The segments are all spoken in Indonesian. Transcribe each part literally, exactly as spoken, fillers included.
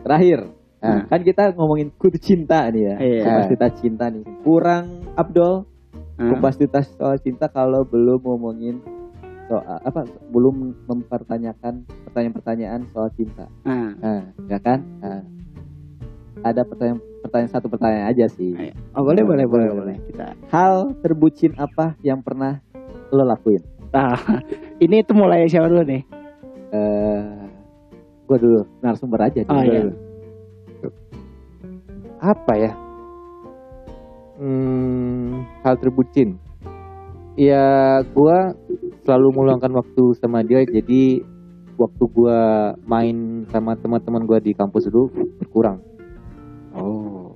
terakhir. Nah, kan kita ngomongin kudu cinta nih ya. Iya. Kupas tuntas cinta nih. Kurang Abdul. Hmm. Kupas tuntas soal cinta kalau belum ngomongin soal apa belum mempertanyakan pertanyaan-pertanyaan soal cinta. Nah, Nah, ya kan? Nah, ada pertanyaan pertanyaan satu pertanyaan aja sih. ayo. Oh, boleh, boleh, boleh, boleh. Kita. Hal terbucin apa yang pernah lo lakuin? Nah, ini tuh mulai siapa dulu nih? Eh, gue dulu narasumber aja. Oh, dulu. iya. Apa ya? Hmm, hal terbucin. Ya, gua selalu meluangkan waktu sama dia. Jadi waktu gua main sama teman-teman gua di kampus dulu berkurang. Oh.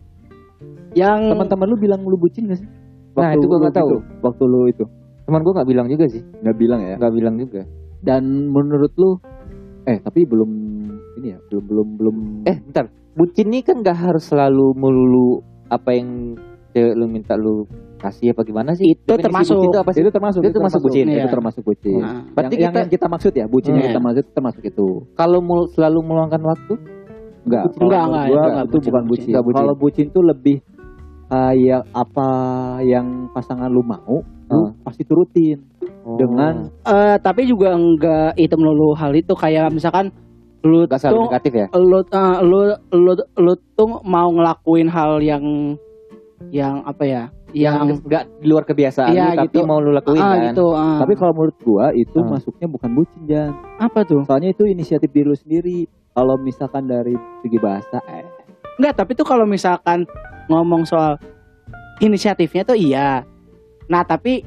Yang Teman-teman lu bilang lu bucin gak sih? Nah, itu gua lu nggak tahu. gitu, waktu lu itu Teman gua nggak bilang juga sih. nggak bilang ya. Nggak bilang juga. Dan menurut lu, eh tapi belum ini ya, belum belum belum. Eh, bentar. Bucin ini kan nggak harus selalu melulu apa yang cewek lu minta lu kasih apa gimana sih? Itu Definisi termasuk. bucin itu apa sih? itu termasuk itu termasuk bucin, Itu iya. termasuk bucin. Nah, Yang, berarti yang, kita- yang kita maksud ya, bucin yang Iya. kita maksud termasuk itu. Kalau mul- selalu meluangkan waktu, Enggak, Bucin. kalau Enggak, menurut enggak, gua enggak, itu bucin, bukan bucin. bucin. Enggak bucin. Kalau bucin tuh lebih uh, ya apa yang pasangan lu mau, lu Ah. pasti turutin dengan eh tapi juga enggak itu melulu hal itu kayak misalkan lu nggak selalu tuh negatif ya? lu, eh, lu lu lu tuh mau ngelakuin hal yang yang apa ya? Yang Nggak di luar kebiasaan Iya, lu, tapi gitu. mau lu lakuin ah, kan? gitu. ah. Tapi kalau menurut gua itu Ah. masuknya bukan bucin, Jan. apa tuh? Soalnya itu inisiatif diri lu sendiri. Kalau misalkan dari segi bahasa, eh, Enggak, tapi tuh kalau misalkan ngomong soal inisiatifnya tuh iya. Nah, tapi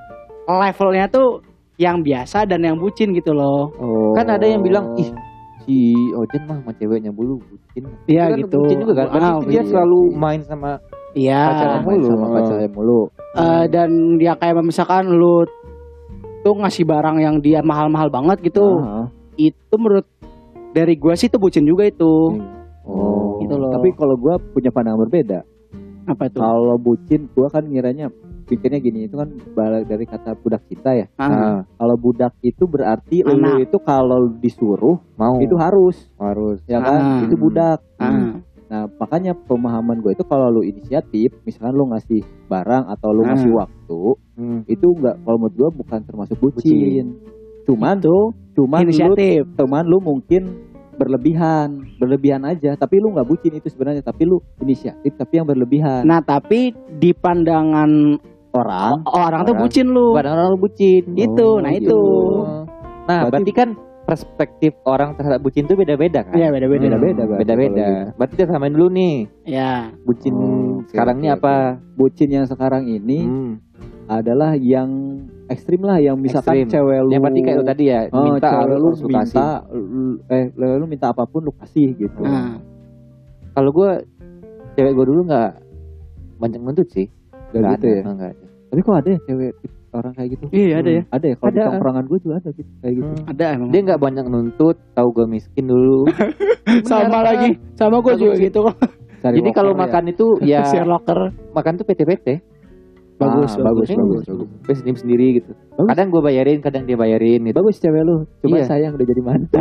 levelnya tuh yang biasa dan yang bucin gitu loh. oh. Kan ada yang bilang, ih, si Ojen mah sama ceweknya dulu bucin. Iya, Itu kan gitu. Bucin juga kan? Berarti Ah, dia iya. selalu main sama Iya. Pacaran main mulu. sama pacarnya mulu. Eh, dan dia kayak misalkan lu tuh ngasih barang yang dia mahal-mahal banget gitu. Ah. Itu menurut dari gua sih itu bucin juga itu. Oh, Gitu loh. Tapi kalau gua punya pandangan berbeda. Apa tuh? Kalau bucin, gua kan ngiranya pikirnya gini, itu kan balik dari kata budak cinta ya. Ah. Nah, kalau budak itu berarti lu Anak. itu kalau disuruh mau itu harus, harus. ya kan? Ah. Itu budak. Ah. Nah, makanya pemahaman gue itu kalau lu inisiatif, misalkan lu ngasih barang atau lu Ah. ngasih waktu, Hmm. itu enggak, kalau menurut gue bukan termasuk bucin. Cuman Itu cuman lu inisiatif. cuman lu mungkin berlebihan, berlebihan aja, tapi lu nggak bucin itu sebenarnya, tapi lu inisiatif tapi yang berlebihan. Nah, tapi di pandangan orang orang tuh Orang. bucin lu. Badan orang lu bucin. Itu, Oh, nah gitu. itu. Nah, Berarti- berarti kan perspektif orang terhadap bucin itu beda-beda kan? Iya, beda-beda. Beda-beda, berarti Beda-beda. kalau Berarti kita samain dulu nih. Ya. Bucin Oh, oke, sekarang oke, ini oke. apa? bucin yang sekarang ini Hmm. adalah yang ekstrim lah, yang misalkan Ekstrim. cewek lu Yang berarti kayak lu tadi ya, oh, minta cewek lu harus lu minta kasih. lu- eh lu minta apapun lu kasih gitu. Nah, Kalau gue, cewek gue dulu nggak banyak nuntut sih. Gak Nggak gitu ada, ya. nggak ada. Tapi kok ada ya cewek orang kayak gitu? iya ada ya. Hmm, Ada ya, kalau di Ada. tongkrongan gue juga ada gitu kayak gitu. Hmm. Ada emang. Dia nggak banyak nuntut, tahu gue miskin dulu. Sama Bener, lagi. Sama gue Aku juga sih. gitu kok. Cari Jadi walker kalau ya. makan itu ya Share locker. makan tuh P T P T. Bagus, Ah, bagus, Eh, bagus, bagus. Gue sendiri sendiri gitu. Bagus. Kadang gue bayarin, kadang dia bayarin gitu. Bagus cewek lu, coba Iya. sayang udah jadi mantan.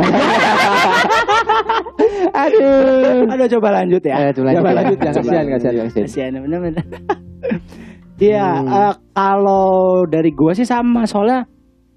Aduh. Aduh, coba lanjut ya. Eh, coba Coba lanjut, lanjut, jangan Coba kasihan, lanjut, kasihan. kasihan. Kasihan bener-bener. Iya, Hmm. eh, kalau dari gua sih sama, soalnya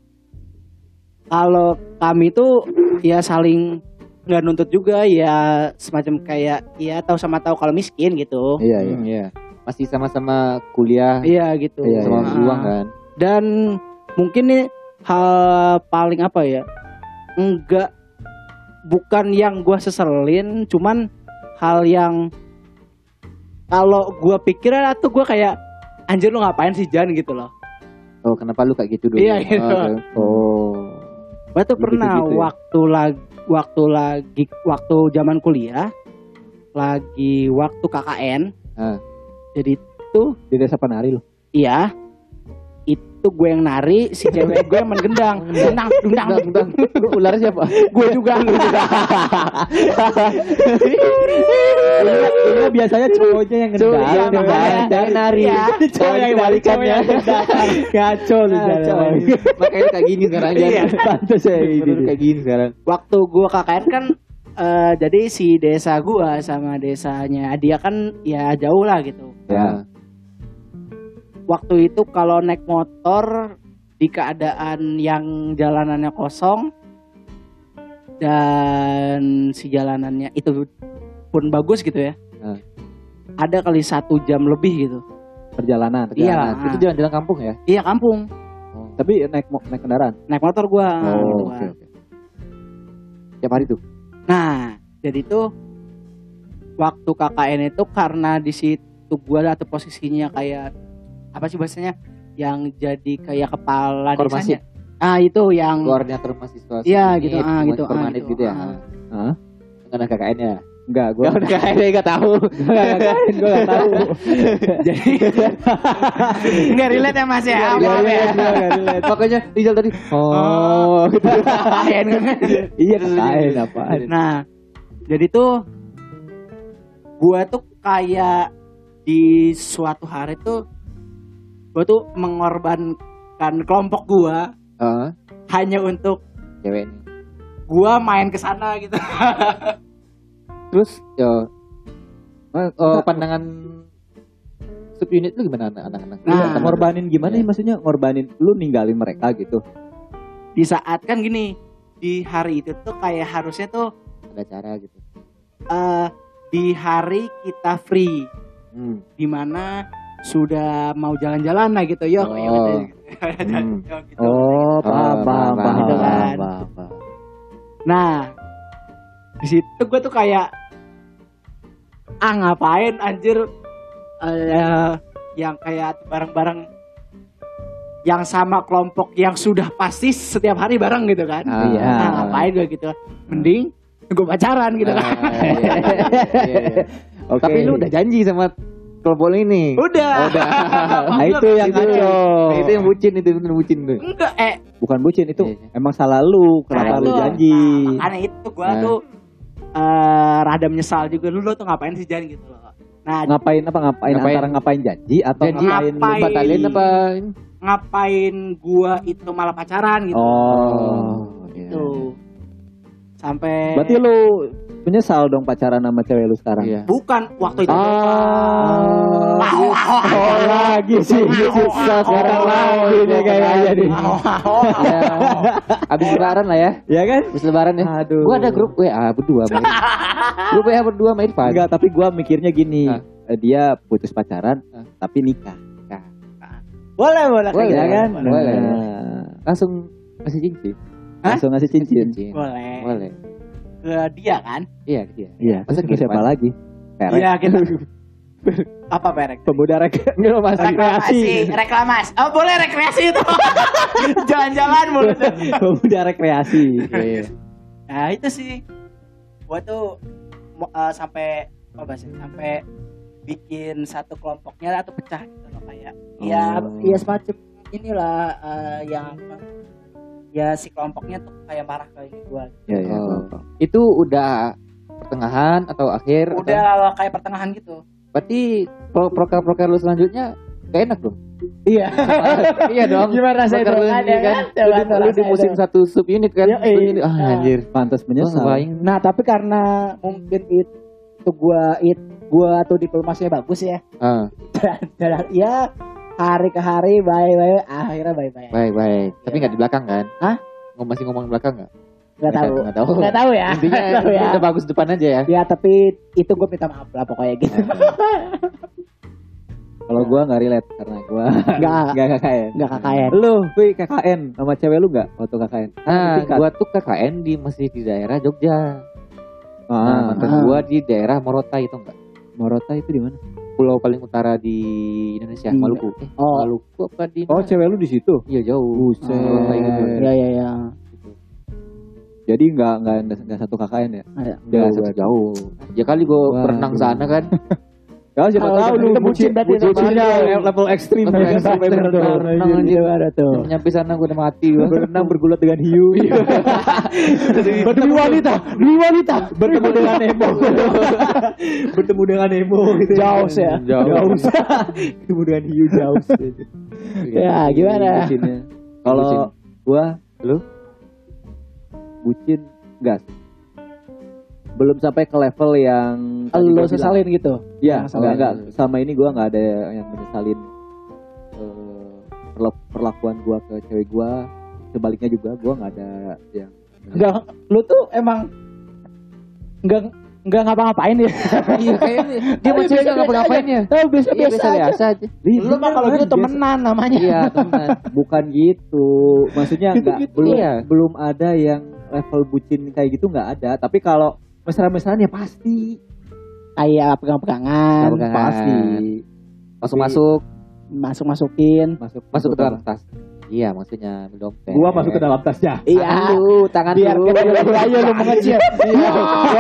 kalau kami tuh ya saling nggak nuntut juga, ya semacam kayak ya tahu sama tahu kalau miskin gitu. Iya, iya. Hmm, iya. Masih sama-sama kuliah, Iya gitu. Iya, sama iya. uang kan. Dan mungkin nih hal paling apa ya? Enggak, bukan yang gua seselin, cuman hal yang kalau gua pikir tuh gua kayak anjir lu ngapain sih Jan gitu loh. Oh, kenapa lu kayak gitu dulu? Iya, gitu. Oh, oke. Oh. Gua tuh Gitu-gitu pernah ya? waktu lagi waktu lagi waktu zaman kuliah lagi waktu K K N. Ah. Jadi tuh Di desa Penari lu. iya itu gue yang nari, si cewek gue yang main gendang, gendang, gendang, Bentar, bentar. Lu ular siapa? gue juga, lu juga. Iya, iya, biasanya cowoknya yang Cowok ngendang, yang ceweknya ngendang, yang yang nari. Iya, cowok yang nari, cowok yang ngendang. Ngaco lu Ngaco. jalan. Makanya kayak gini sekarang aja. Iya. Pantes ya Bener ini. kayak gini sekarang. Waktu gue K K N kan eh, jadi si desa gua sama desanya dia kan ya jauh lah gitu. Ya. Waktu itu kalau naik motor di keadaan yang jalanannya kosong dan si jalanannya itu pun bagus gitu ya. Hmm. Ada kali satu jam lebih gitu. Perjalanan. Iya. Nah, itu jalan-jalan kampung ya. Iya kampung. Oh. Tapi naik mo- naik kendaraan. Naik motor gua. Oh, gitu Oke, kan. oke. Tiap hari tuh. Nah, jadi tuh waktu K K N itu karena di situ gua atau posisinya kayak apa sih bahasanya yang jadi kayak kepala Kormasi. desanya. Ah itu yang Koordinator mahasiswa. Iya, unit, gitu, ah, gitu, ah, permanit gitu, gitu ya. ah. Hah? Enggak ada K K N ya. Enggak, gua Enggak ada K K N enggak tahu. gue gak tahu. jadi nggak relate ya Mas ya. Iya, Maaf iya, ya. iya. Makanya Rizal tadi. Oh, gitu. Keren kan? Iya, kain apaan? Nah, jadi tuh gua tuh kayak di suatu hari tuh gua tuh mengorbankan kelompok gua Heeh. hanya untuk Cewek nih. gua main ke sana gitu. Terus ya oh, pandangan subunit lu gimana anak-anak? Nah, Ngorbanin gimana Iya. nih maksudnya ngorbanin lu ninggalin mereka gitu. Di saat kan gini, di hari itu tuh kayak harusnya tuh ada cara gitu. eh di hari kita free, Hmm. dimana sudah mau jalan-jalan lah gitu, yuk, Oh. yuk, gitu. Hmm. Yuk, gitu. Oh, paham, paham, paham, paham, gitu kan. paham, paham, paham. Nah, di situ gue tuh kayak ah ngapain anjir eh, yang kayak bareng-bareng yang sama kelompok yang sudah pasti setiap hari bareng gitu kan. Ah, iya. Nah, ngapain gue gitu. Mending gue pacaran gitu kan. Ah, iya, iya, iya, iya. Oke. Tapi lu udah janji sama kelompok lu ini. Udah. Oh, udah. Nah, itu yang itu, ngaco. Nah, itu yang bucin itu bener bucin tuh. Enggak eh Bukan bucin itu Iya, iya. emang salah lu. Kenapa Nah, lu itu. janji? Nah, makanya itu gue Nah. tuh eh rada menyesal juga lu, lu tuh ngapain sih Jan gitu loh. Nah, Ngapain apa ngapain, Ngapain? antara ngapain janji atau Janji ngapain, ngapain? batalin apa? ini? ngapain gua itu malah pacaran gitu. Oh, iya. Gitu. Sampai Berarti lu menyesal dong pacaran sama cewek lu sekarang? Iya. bukan waktu itu. Ah, Wow, wow, wow. oh lagi sih, susah sekarang lagi nih kayaknya nih. Ya, abis lebaran lah ya. Ya kan? Abis lebaran ya. Aduh. Gua ada grup W A berdua main. Grup W A berdua main Irfan. Enggak, tapi gua mikirnya gini. Ah. eh, Dia putus pacaran Ah. tapi nikah. Boleh, boleh, Boleh, kayak Ya gitu. kan? boleh. Nah, Langsung kasih cincin. Hah? langsung ngasih cincin. Boleh. Boleh. Ke dia kan? Iya, iya. Iya, Masa terus ke siapa Irfan? lagi? Perek. Iya, kita. Apa perek? Pemuda rek Enggak mas. Reklamasi, reklamasi. Oh, boleh rekreasi itu. Jalan-jalan mulu. Pemuda rekreasi. Iya. Nah, itu sih. Gua tuh mo- eh, sampai apa bahasanya? Sampai bikin satu kelompoknya atau pecah gitu loh kayak. Ya, Oh. ya semacam inilah eh, yang ya si kelompoknya tuh kayak marah ke gua. Iya, iya. Oh. paham. Itu udah pertengahan atau akhir? Atau? Udah kayak pertengahan gitu. Berarti pro proker-proker lu selanjutnya gak enak dong? Iya. Iya dong. Gimana rasanya Proker itu? lu Ada ini kan? Coba Lu di- tuh lu di rasanya musim itu. satu sub unit kan? Yoi. Sub unit. Ah Ah. anjir. Pantas Gua menyesal. ngebayang. Nah, tapi karena mungkin itu gua it gua tuh diplomasinya bagus ya. Ah, Dan ya hari ke hari bye bye akhirnya bye bye. baik baik. Tapi Iya. nggak di belakang kan? Hah? Ngomong masih ngomong di belakang nggak? Enggak tahu. Nggak tahu. Enggak tahu ya. Intinya Nggak tahu ya. udah bagus depan aja ya. Ya tapi itu gue minta maaf lah pokoknya gitu. Kalau gua nggak relate karena gua Enggak nggak K K N. enggak K K N. Lu, Pi, K K N sama cewek lu nggak waktu K K N? Nah, Tingkat. gua tuh K K N di masih di daerah Jogja. Nah, Ah, mantan Ah. gua di daerah Morotai itu enggak? Morota itu di mana? Pulau paling utara di Indonesia, Hmm. Maluku. Eh, Oh. Maluku apa di Oh, mana? cewek lu di situ. Iya jauh. Buset. Morotai gitu. Iya iya iya. Jadi nggak nggak nggak satu K K N ya? Ada. Jauh, Jauh, jauh. Ya kali gua Waduh. berenang sana kan. Ya siapa Kalau tahu kita lu bucin bucin berarti bucin- sama bucinnya dia. level ekstrim. Level ya. ekstrim, Sampai bener, berenang berenang anjir. anjir. Ada tuh. Nyampe sana gua udah mati gua. Berenang bergulat dengan hiu. Demi wanita, demi wanita. Bertemu dengan Nemo. Bertemu dengan Nemo gitu. Jauh ya. Jauh. Jauh. Bertemu dengan hiu jauh. Ya, gimana? Bucinnya. Kalau Bucin. gua Lu? bucin gas. belum sampai ke level yang tadi Lo gua bilang. sesalin gitu. Iya, Yang enggak, sesalin. enggak. Sama ini gue nggak ada yang menyesalin eh, perla- perlakuan gue ke cewek gue. Sebaliknya juga gue nggak ada yang. Enggak, lu tuh emang enggak enggak ngapa-ngapain ya. Iya kayaknya dia mau cewek nggak ngapa-ngapain ya. Oh, biasa Iya biasa aja. biasa aja. Lu mah kalau gitu temenan namanya. Iya teman. Bukan gitu. Maksudnya enggak Gitu-gitu. belum Iya. belum ada yang level bucin kayak gitu nggak ada. Tapi kalau mesra-mesraan ya pasti. Kayak pegang-pegangan, Pegang-pegangan. Pasti. Masuk-masuk masuk-masukin. Masuk masuk ke dalam tas. Iya maksudnya dompet. Gua masuk ke dalam tasnya. Iya. Lu tangan Biar lu. biar ayo lu mengecil. Iya.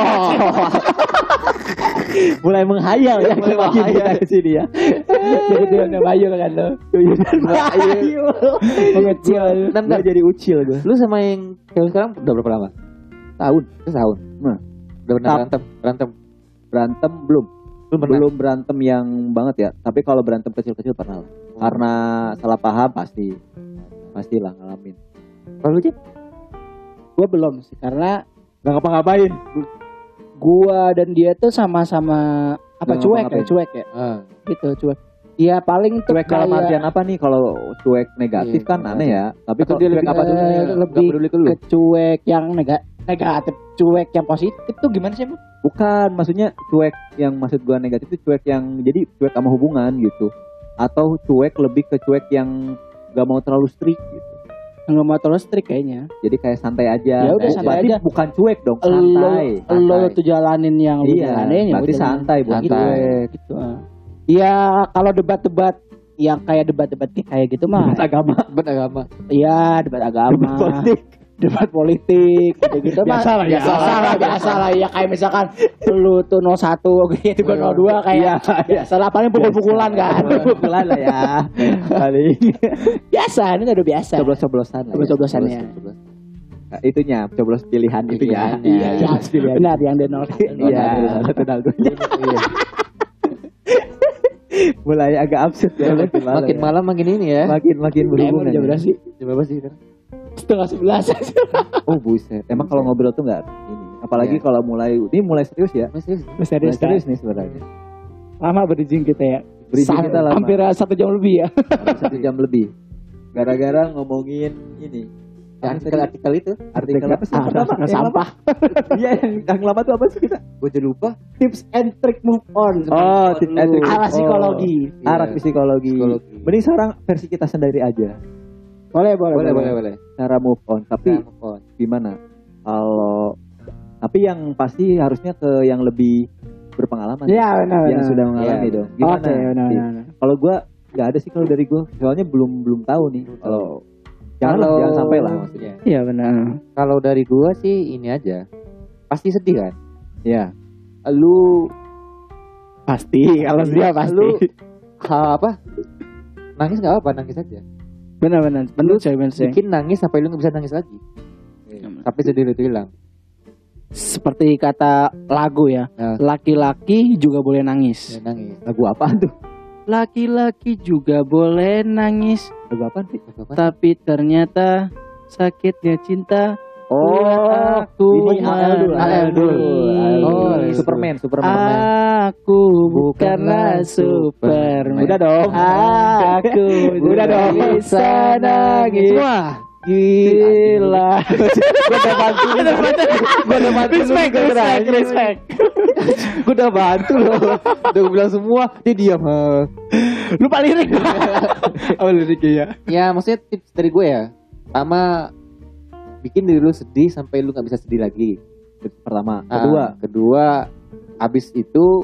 Mulai menghayal ya. Mulai makin menghayal. kita ke sini ya. Jadi dia udah bayu kan lo. Bayu. Mengecil. Dan Gua jadi ucil gue. lu sama yang cewek sekarang udah berapa lama? Tahun Itu tahun. Nah. Udah pernah Tap- berantem? Berantem. berantem belum. Belum pernah. Belum berantem yang banget ya. Tapi kalau berantem kecil-kecil pernah lah. Karena salah paham pasti. Pastilah ngalamin. Kalau lu Cip? Gua belum sih karena Gak ngapa-ngapain. gua dan dia tuh sama-sama apa Nggak cuek ya, ngapa-ngapain. cuek ya. Ah. Gitu, cuek. Ya paling tuh Cuek dalam kayak artian apa nih? Kalau cuek negatif Iya, kan aneh ya. Tapi Atau kalau dia cuek lebih apa tuh? eh, nggak lebih peduli ke lu? ke cuek yang nega- negatif, cuek yang positif tuh gimana sih, Bang? Bukan, maksudnya cuek yang maksud gua negatif itu cuek yang jadi cuek sama hubungan gitu. Atau cuek lebih ke cuek yang gak mau terlalu strict gitu. Enggak mau terlalu strict kayaknya. Jadi kayak santai aja. Ya udah, Bu- santai berarti aja. bukan cuek dong, Lo santai. lo santai. tuh jalanin yang lu Iya, jalanin ya berarti udah. santai bukan Santai. cuek. Gitu. ah. Ya kalau debat-debat yang kayak debat-debat kayak gitu mah. Agama. Beragama. Iya, debat agama. Politik. Debat politik gitu-gitu mah. Biasa lah, ya. biasa lah, biasa lah ya kayak misalkan lu tuh nol satu gitu gua nol dua kayak biasa lah paling pukul-pukulan kan. Pukulan lah ya. Paling Biasa, ini udah biasa. coblos-coblosan lah. ya. Coblos-coblosan ya. Nah, itunya coblos pilihan itu ya. Pilihannya. Iya, iya, pilihan. benar yang dia nol satu. Iya, satu nol dua. Iya. Mulai agak absurd ya. Makin malam, Makin ya. malam makin ini ya. makin makin Emang berhubungan. jam ya. berapa sih? Jam berapa sih sekarang? Setengah sebelas. Oh buset. Emang kalau ngobrol tuh nggak ini. Apalagi Iya. kalau mulai ini mulai serius ya. Masih Mulai Serius, serius kan? nih sebenarnya. Lama berizin kita ya. Berizin Sa- kita lama. Hampir satu jam lebih ya. Satu jam lebih. Gara-gara ngomongin ini. artikel-artikel itu. Artikel apa sih? Ah, Yang pertama? artikel Yang sampah. lama? Iya, yang, yang lama tuh apa sih kita? Gue udah lupa. Tips and trick move on. Oh, tips and trick. Arah Oh. psikologi. Arah Iya. psikologi. Psikologi. Mending sekarang versi kita sendiri aja. Boleh, boleh, Boleh boleh boleh. Cara move on. Tapi Nah, move on. gimana? Kalau tapi yang pasti harusnya ke yang lebih berpengalaman. Iya, benar, Yang benar. sudah mengalami Iya. dong. Gimana? Oke, benar, Dik? benar. Kalau gua nggak ada sih kalau dari gua. Soalnya belum belum tahu nih. Kalau jangan Kalau- jangan sampai lah maksudnya. Iya, benar. Kalau dari gua sih ini aja. Pasti sedih kan? Iya. Lu Pasti, kalau dia pasti. Lu ha, apa? Nangis nggak apa? Nangis aja. Benar, benar. Benar, saya benar. saya. Bikin nangis sampai lu nggak bisa nangis lagi. Sampai sedih lu itu hilang. Seperti kata lagu ya. Nah. Laki-laki juga boleh nangis. Ya, nangis. Lagu apa tuh? Laki-laki juga boleh nangis, Lagu apa sih? Apa? tapi ternyata sakitnya cinta Oh, aku ini A L dulu. A L dulu. Oh, Oh, Superman, Superman. Aku bukanlah Superman. Udah dong. Aku Udah dong. bisa nangis. Wah, Gila. Gua udah bantu. Gua udah bantu. Respect, respect, respect. Gua udah bantu loh. udah gue bilang semua, dia diam. ha. Lupa lirik. Oh, liriknya ya. Ya, maksudnya tips dari gue ya. Pertama, bikin diri lu sedih sampai lu nggak bisa sedih lagi. Pertama, Ah, kedua, kedua, abis itu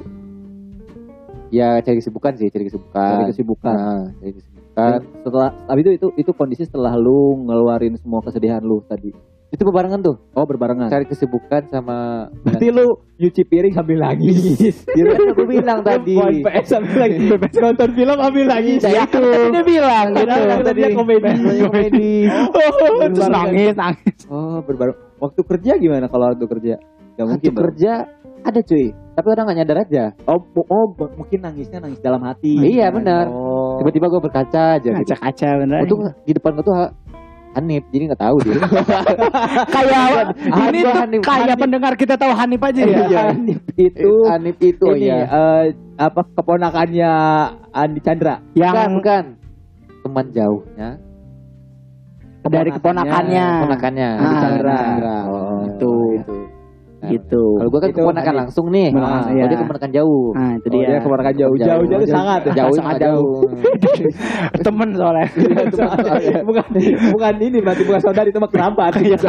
ya cari kesibukan sih, cari kesibukan. cari kesibukan. Nah, cari kesibukan. Setelah tapi itu itu itu kondisi setelah lu ngeluarin semua kesedihan lu tadi. Itu bebarengan tuh. Oh, berbarengan. Cari kesibukan sama. Berarti lu nyuci piring sambil nangis. Dia kan aku bilang tadi. Main P S sambil lagi nonton film sambil nangis. Ya itu. Dia bilang gitu. Padahal tadi komedi. komedi. Oh, Terus nangis, nangis. Oh, berbareng. Waktu kerja gimana kalau waktu kerja? Gak mungkin. Waktu dong. kerja ada cuy, tapi orang nggak nyadar aja. Oh, bu- oh, bu- mungkin nangisnya nangis dalam hati. Iya, benar. Oh. Tiba-tiba gue berkaca aja gitu. Kaca-kaca bener. Untung di depan gue tuh ha- Hanif, jadi nggak tahu dia. Kayak ini Gua tuh Hanif, kayak Hanif. pendengar kita tahu Hanif aja ya. Iya, Hanif itu Hanif itu ini ya. eh, apa keponakannya Andi Chandra. Yang Bukan, bukan. Teman jauhnya, dari keponakannya. keponakannya. Ah, Andi Chandra. Oh, itu. itu. Nah, Gitu. Kalau gua kan Itu keponakan Hanif. langsung nih. Ah, Nah, iya. kalau dia keponakan jauh. Nah, itu Oh, dia. dia keponakan jauh. Jauh jauh sangat. Jauh sangat sangat jauh. Temen soalnya. bukan bukan ini berarti bukan saudari itu mah kerabat.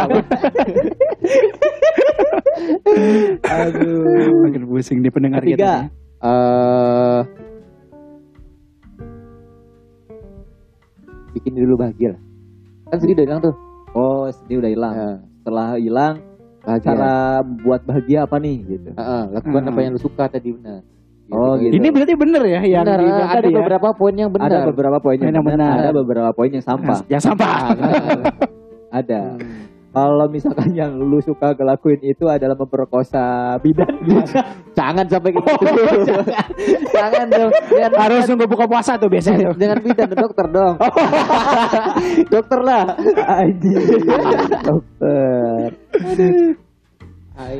Aduh. Makin pusing di pendengar Ketiga. kita. Eh bikin dulu bahagia lah. Kan sedih udah hilang tuh. Oh, sedih udah hilang. Ya, Setelah hilang, bahagia. cara buat bahagia apa nih gitu? Heeh, lakukan Hmm. apa yang lu suka tadi benar. Oh, gitu. Ini berarti bener ya yang Benar, dibilang ada tadi ya. beberapa poin yang benar. Ada beberapa poin yang Yang benar, benar. ada beberapa poin yang sampah. Yang sampah. Ada. Hmm. Kalau misalkan yang lu suka ngelakuin itu adalah memperkosa bidan, Jangan sampai kayak gitu. Jangan dong. Jangan, Harus nunggu buka puasa tuh biasanya. jangan bidan, dokter dong. Dokter lah. anjing. Dokter. Hai.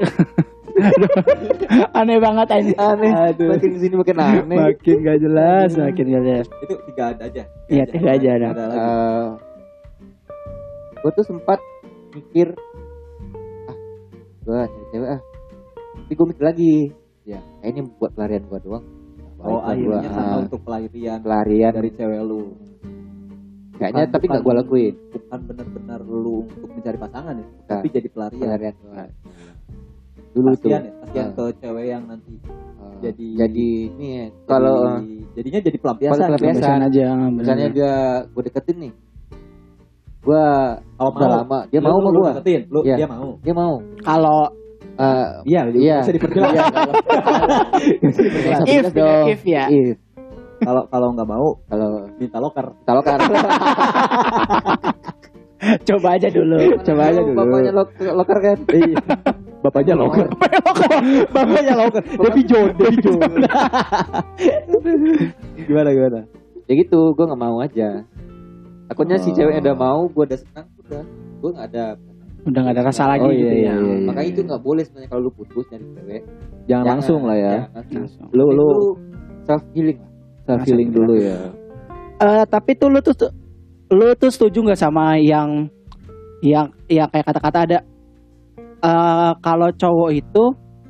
Aneh banget anjing. Aneh. Aduh. Makin kesini makin aneh. Makin gak jelas, makin gak jelas. Itu tiga ada aja. Iya, tiga aja ada. Ada lagi. Eh, gue tuh sempat mikir, ah, gue nyari cewek ah. Tapi gue mikir lagi, ya kayaknya buat pelarian gue doang. Oh, Baik lah akhirnya gua, sama ah, untuk pelarian pelarian dari cewek lu. kayaknya Bukan- tapi nggak gue bukan- lakuin. Bukan benar-benar lu untuk mencari pasangan ya, Bukan. tapi jadi pelarian. Pelarian doang. Dulu tuh. Kasihan ya, kasihan Ah. ke cewek yang nanti eh, jadi jadi ini ya, kalau jadi- jadinya jadi pelampiasan. Kalau pelampiasan. Biasain aja. misalnya dia gue deketin nih, gue Kalau udah mau, lama dia lu- mau lu- sama lu gue, deketin, lu Iya. dia mau. dia mau. Kalau Eh, Iya, Iya. bisa diperjelas. Bisa if diperjelas dong. if ya. If Kalau kalau nggak mau, kalau minta loker. kalau kan Coba aja dulu. Coba aja dulu. bapaknya lok- loker kan. Iya. Bapaknya loker. Bapaknya loker. Devi John, Devi John. Gimana gimana? Ya gitu, gue nggak mau aja. Takutnya si Oh. ceweknya udah mau, gue udah senang, udah gue nggak ada. Udah gak ada rasa lagi Oh, gitu iya, ya. iya, iya. Makanya itu nggak boleh sebenarnya kalau lu putus nyari cewek. Jangan langsung lah ya. Jangan langsung. Lu lu self healing. self healing dulu ya. Eh, tapi tuh lu tuh lu tuh setuju nggak sama yang yang yang kayak kata-kata ada eh kalau cowok itu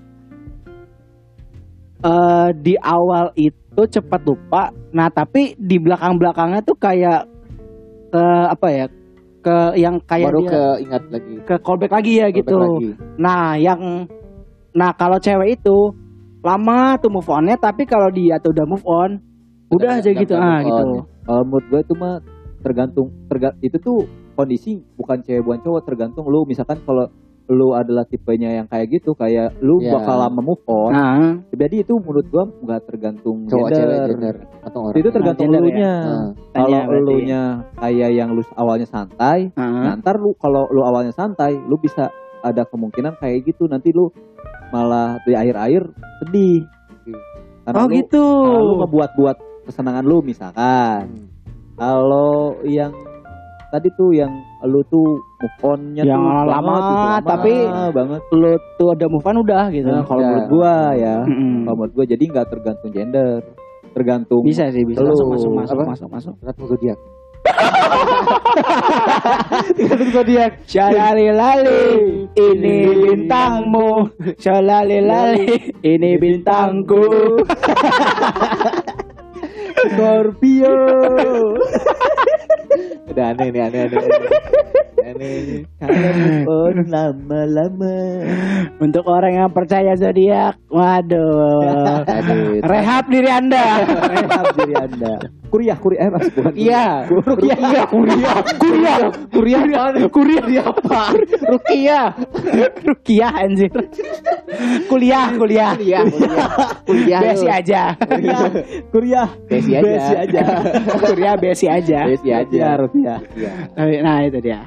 eh di awal itu cepat lupa, nah tapi di belakang-belakangnya tuh kayak ke apa ya, ke yang kayak Baru dia keingat lagi. ke callback lagi ya Callback gitu. lagi. Nah yang nah kalau cewek itu lama tuh move onnya, tapi kalau dia tuh udah move on udah aja Udah gitu move ah on, gitu. ya. Kalau menurut gue itu mah tergantung terga, itu tuh kondisi bukan cewek bukan cowok, tergantung lu. Misalkan kalau lu adalah tipenya yang kayak gitu, kayak lu Ya. bakal lama move on. Nah, Jadi itu menurut gua nggak tergantung Cowok gender. cewek gender atau orang. Itu tergantung Gender ya? elunya. Nah, Kalau Tanya berarti. elunya kayak yang lu awalnya santai, nah. nah ntar lu kalau lu awalnya santai, lu bisa ada kemungkinan kayak gitu, nanti lu malah di akhir-akhir sedih. Karena Oh lu, gitu. karena lu ngebuat-buat kesenangan lu misalkan. hmm. Kalau yang tadi tuh yang lu tuh move on-nya Yang tuh lama, banget, gitu, lama tapi- banget. Lu tuh ada move on udah gitu. Nah, kalau Ya. menurut gua ya, Mm-mm. kalau menurut gua jadi nggak tergantung gender, tergantung Bisa sih, bisa Lu, masuk masuk masuk apa? masuk masuk. Ratu zodiak. tergantung zodiak. Shalali lali, ini bintangmu. Shalali lali, ini bintangku. Scorpio. Udah aneh nih, aneh aneh. Aneh ini. Kalau move on lama-lama. Untuk orang yang percaya zodiak, waduh. Aduh. Rehab diri Anda. Rehab diri Anda. Kuliah, kuliah, eh, mas, bukan. Iya. Rukiah, kuliah, Kuliah, kuliah, kuliah di apa? Rukiah, Rukiah anjir. Kuliah, kuliah, Kuliah. Kuliah. besi aja. kuliah, kuliah, Besi aja. besi aja. Kuliah besi aja. Besi aja. Rukiah, rukiah. Iya. Nah itu dia.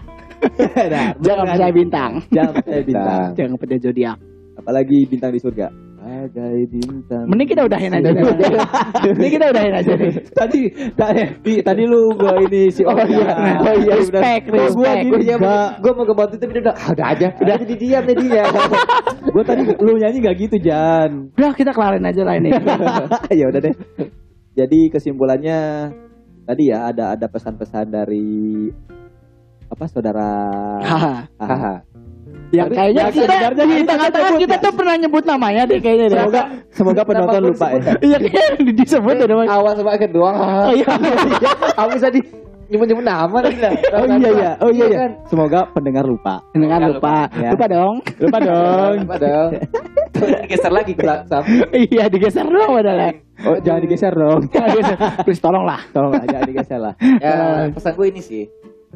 Nah, Jangan percaya bintang. jangan percaya bintang. Jangan percaya zodiak. Apalagi bintang di surga. bagai bintang. Mending kita udahin aja deh. Mending kita udahin aja deh. tadi tadi tadi lu gua ini si Oh iya, oh iya, respect, Gua respect. gini ya, Gua- gua mau ngebantu tapi dia udah ah, udah aja, udah jadi diam deh dia. Gua tadi lu nyanyi gak gitu, Jan. Udah kita kelarin aja lah ini. Ya udah deh. Jadi kesimpulannya tadi ya ada ada pesan-pesan dari apa saudara Haha. Haha. Yang Tapi kayaknya nggak kita sebenarnya di kita tengah-tengah sebut kita ya. tuh pernah nyebut namanya deh kayaknya deh. Semoga semoga penonton lupa ya. Iya kayaknya disebut ya namanya. Awal sama akhir doang. Oh iya. Aku bisa di nyebut-nyebut nama nih lah. Oh iya iya. Oh iya iya. Kan? Semoga pendengar lupa. Dengan lupa. Ya. Lupa dong. Lupa dong. Padahal geser lagi ke samping. Iya digeser doang padahal. Oh jangan digeser dong. Please tolong lah. Tolong lah, jangan digeser lah. Ya, pesan gue ini sih.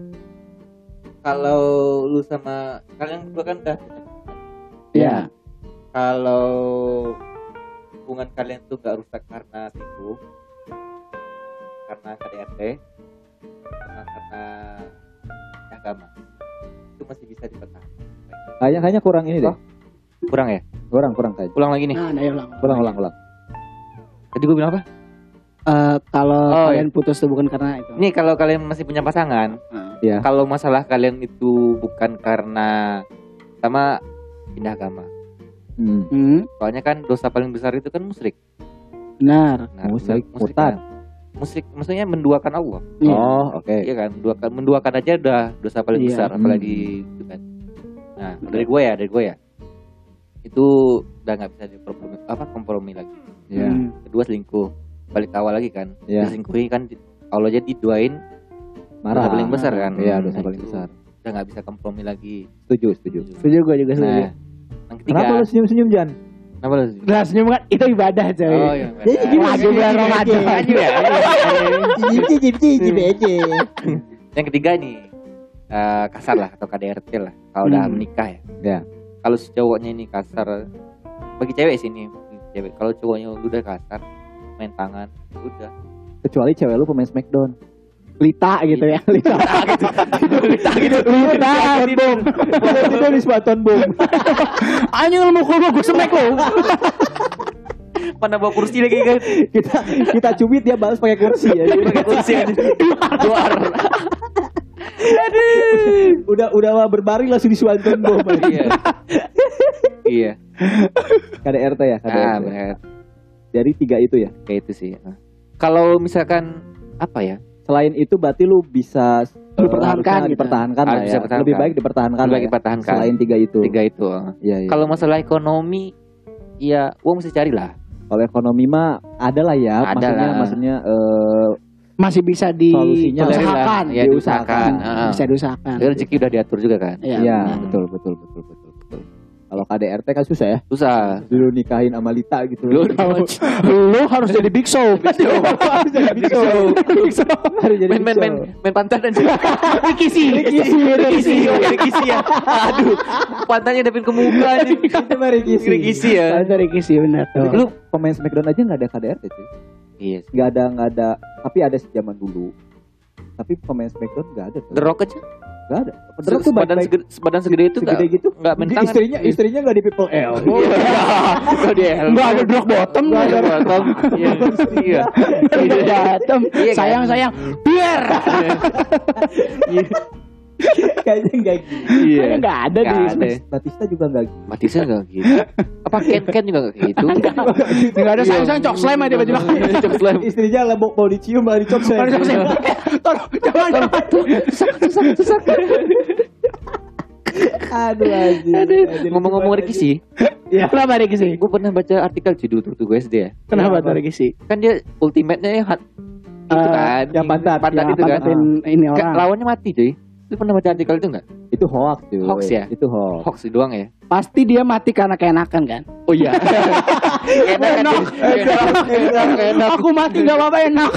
Kalau lu sama kalian berdua kan udah Iya. kalau hubungan kalian tuh gak rusak karena sibuk, karena K D R T, karena karena agama, itu masih bisa dipertahankan. Kayaknya kayaknya kurang ini deh. Oh. Kurang ya? Kurang kurang kayaknya. Ulang lagi nih. Nah, nah, ulang. Ulang ulang ulang. Tadi gue bilang apa? Eh, kalau Oh, kalian putus tuh bukan karena itu. Nih kalau kalian masih punya pasangan, Nah. Ya. kalau masalah kalian itu bukan karena sama pindah agama. Hmm. Hmm, Soalnya kan dosa paling besar itu kan musyrik. benar. Nah, Musyrik, musyrik murtad. kan. Musyrik maksudnya menduakan Allah. Iya. Oh, oke. Iya kan, menduakan menduakan aja udah dosa paling Iya. besar, apalagi itu kan. Nah, dari gue ya, dari gue ya. Itu udah nggak bisa dikompromi apa kompromi lagi. Ya. Hmm. Kedua selingkuh, balik ke awal lagi kan. Iya. Diselingkuhi kan Allah jadi diduain Marah. dosa paling besar kan. Iya, dosa Nah, paling itu besar. Udah nggak bisa kompromi lagi. Setuju, setuju. Setuju gue juga setuju. Nah, yang ketiga. Kenapa lu senyum-senyum, Jan? Kenapa lu? Nah, senyum kan itu ibadah coy. Oh iya. Jadi gini, Lagi bulan Ramadan. Cicip cicip cicip aja. Yang ketiga nih eh, kasar lah atau K D R T lah kalau udah Hmm. menikah ya. Ya. Kalau si cowoknya ini kasar, bagi cewek sih ini, bagi cewek. Kalau cowoknya udah kasar, main tangan, udah. Kecuali cewek lu pemain Smackdown. Lita gitu ya. Lita gitu. Lita gitu. Lita bom. Tiba-tiba di Smackdown boom. Anjing lu mukul gua semek lu. Mana bawa kursi lagi kan? Kita kita cubit dia balas pakai kursi ya. Pakai kursi kan? Luar. Udah udah mah berbaring langsung di Smackdown boom. Iya. Iya. K D R T ya, K D R T. Ah, benar. Dari tiga itu ya. Kayak itu sih. Nah. Kalau misalkan apa ya? Selain itu berarti lu bisa Dipertahankan harusnya gitu. dipertahankan Harus lah bisa ya. dipertahankan. Lebih baik dipertahankan Lebih lah baik ya. dipertahankan. Selain tiga itu. Tiga itu. Iya, iya. Kalau masalah ekonomi, ya uang mesti cari lah. Kalau ekonomi mah ada lah ya. Ada maksudnya lah. maksudnya eh, Masih bisa Solusinya lah. diusahakan. Ya diusahakan. Heeh. Bisa diusahakan. Rezeki udah diatur juga kan. Iya. iya, Hmm. betul betul betul betul betul. Kalau K D R T kan susah ya. Susah. Dulu nikahin sama Lita gitu. Lu Lu harus jadi big show. harus jadi big show. Big show. Harus jadi main big main main show. main pantat aja. Rikisi. Rikisi, Rikisi, Rikisi ya. Aduh, pantatnya dapin ke muka nih. Itu mah Rikisi. Rikisi ya. Ada Rikisi benar tuh. Lu pemain Smackdown aja nggak ada K D R T cuy. Iya. Nggak ada nggak ada. Tapi ada zaman dulu. Tapi pemain Smackdown nggak ada tuh. The Rock aja. Nggak ada. The Rock tuh Sebadan baik-baik. segede, sebadan segede itu Segede nggak gitu. nggak main tangan. Istrinya istrinya nggak di People L. Enggak dia. Enggak ada drop bottom, Enggak ada bottom. Iya. Iya. Drop bottom. Iya kan? Sayang sayang. Biar. Kayaknya nggak gitu. Iya. Kayaknya nggak ada Nggak di ada. Batista juga nggak gitu. Matisa enggak gitu. Apa Ken Ken juga enggak gitu. Enggak ada sayang sayang cok slam aja baju belakang. Cok slam. Istrinya lah mau mau dicium malah dicok saya. Tolong jangan jangan. Aduh anjir. Anjir, Ngomong-ngomong lucu Rikisi, Ya kenapa Rikisi? gue pernah baca artikel judul waktu gue S D ya. Kenapa tuh Rikisi? Kan dia ultimate-nya hat itu Eh, kan. yang pantat. Pantat Ya, itu kan. pantatin ini Ka- orang. Lawannya mati cuy. Lu pernah baca artikel itu enggak? Itu hoax cuy. Hoax ya? Itu hoax. Hoax doang ya. Pasti dia mati karena keenakan kan? Oh iya. Enak, Enak, enak, enak, enak. Aku mati gak apa-apa enak.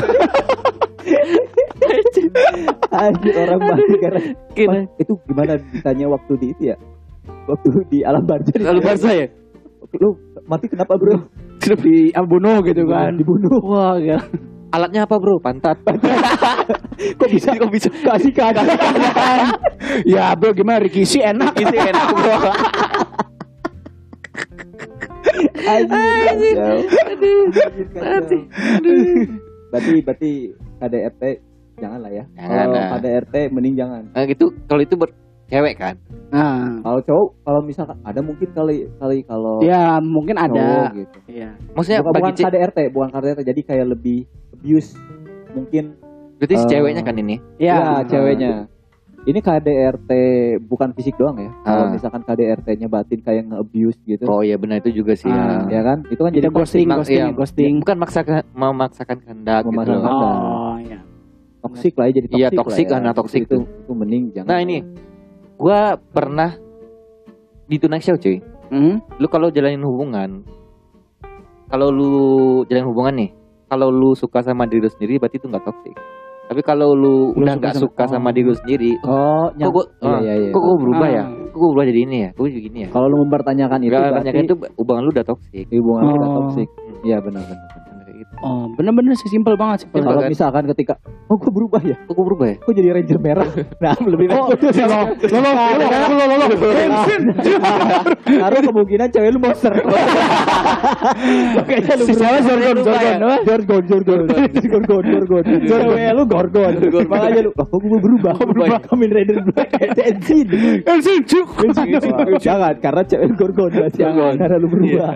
Anjir orang mati karena Gini. Wah, itu gimana ditanya waktu di itu ya? Waktu di alam barzah. Lalu bahasa ya. Lu mati kenapa, Bro? Dibunuh gitu kan. Dibunuh. Wah, gila. Alatnya apa bro? Pantat. Kok bisa? Kok bisa? Kasih kasih. Ya bro gimana Rikisi enak. Isi enak bro. Anjir, kacau. Berarti berarti K D R T jangan lah ya. Jangan Kalau lah. K D R T mending jangan. Nah, gitu kalau itu ber cewek kan. Nah, Kalau cowok, kalau misalkan ada mungkin kali kali kalau ya mungkin cowok ada. gitu. Iya. Maksudnya Bukan, bagi bukan ce- K D R T, bukan K D R T. Jadi kayak lebih abuse mungkin. berarti si eh, ceweknya kan ini. Ya, Ya, ceweknya. Ini K D R T bukan fisik doang ya. Kalau Ah. misalkan K D R T-nya batin kayak nge-abuse gitu. Oh iya benar itu juga sih Ah. ya. Ya kan? Itu kan Itu jadi ghosting, Mak- ghosting, iya, ghosting. Bukan maksakan memaksakan kehendak gitu. Memaksakan loh. kehendak. Oh, iya. toksik lah ya, jadi toksik. Iya, lah toksik ya. karena toksik itu, tuh. itu mending jangan. Nah ini, gua pernah di Tonight Show cuy. Hmm? Lu kalau jalanin hubungan, kalau lu jalin hubungan nih, kalau lu suka sama diri lu sendiri berarti itu nggak toksik. Tapi kalau lu Lu udah suka nggak sama- suka sama oh. diri lu sendiri, Oh, kok nyam- gua, iya, ah, iya, iya. kok gua berubah ya? Ah. Kok gua berubah jadi ini ya? Kok gua jadi gini ya? Kalau lu mempertanyakan itu Gak berarti banyak itu hubungan lu udah toksik. hubungan lu udah Oh. toksik. Iya benar benar. benar. Kayak gitu. Oh, bener-bener sih simpel banget sih. Simpel Kalau kan? misalkan ketika oh gue berubah ya, Kok gua berubah ya? kok jadi ranger merah. Nah, lebih Oh, baik karena kemungkinan cewek lu monster. Kayaknya lu Si cewek Zorgon, berubah ya. Zorgon. Gorgon, Gorgon, Gorgon, Gorgon. Cewek lu Gorgon. Makanya lu, oh, kok gue berubah? berubah. Kamen Rider Black Engine. Oh, jangan, karena cewek Gorgon. Jangan, karena lu berubah.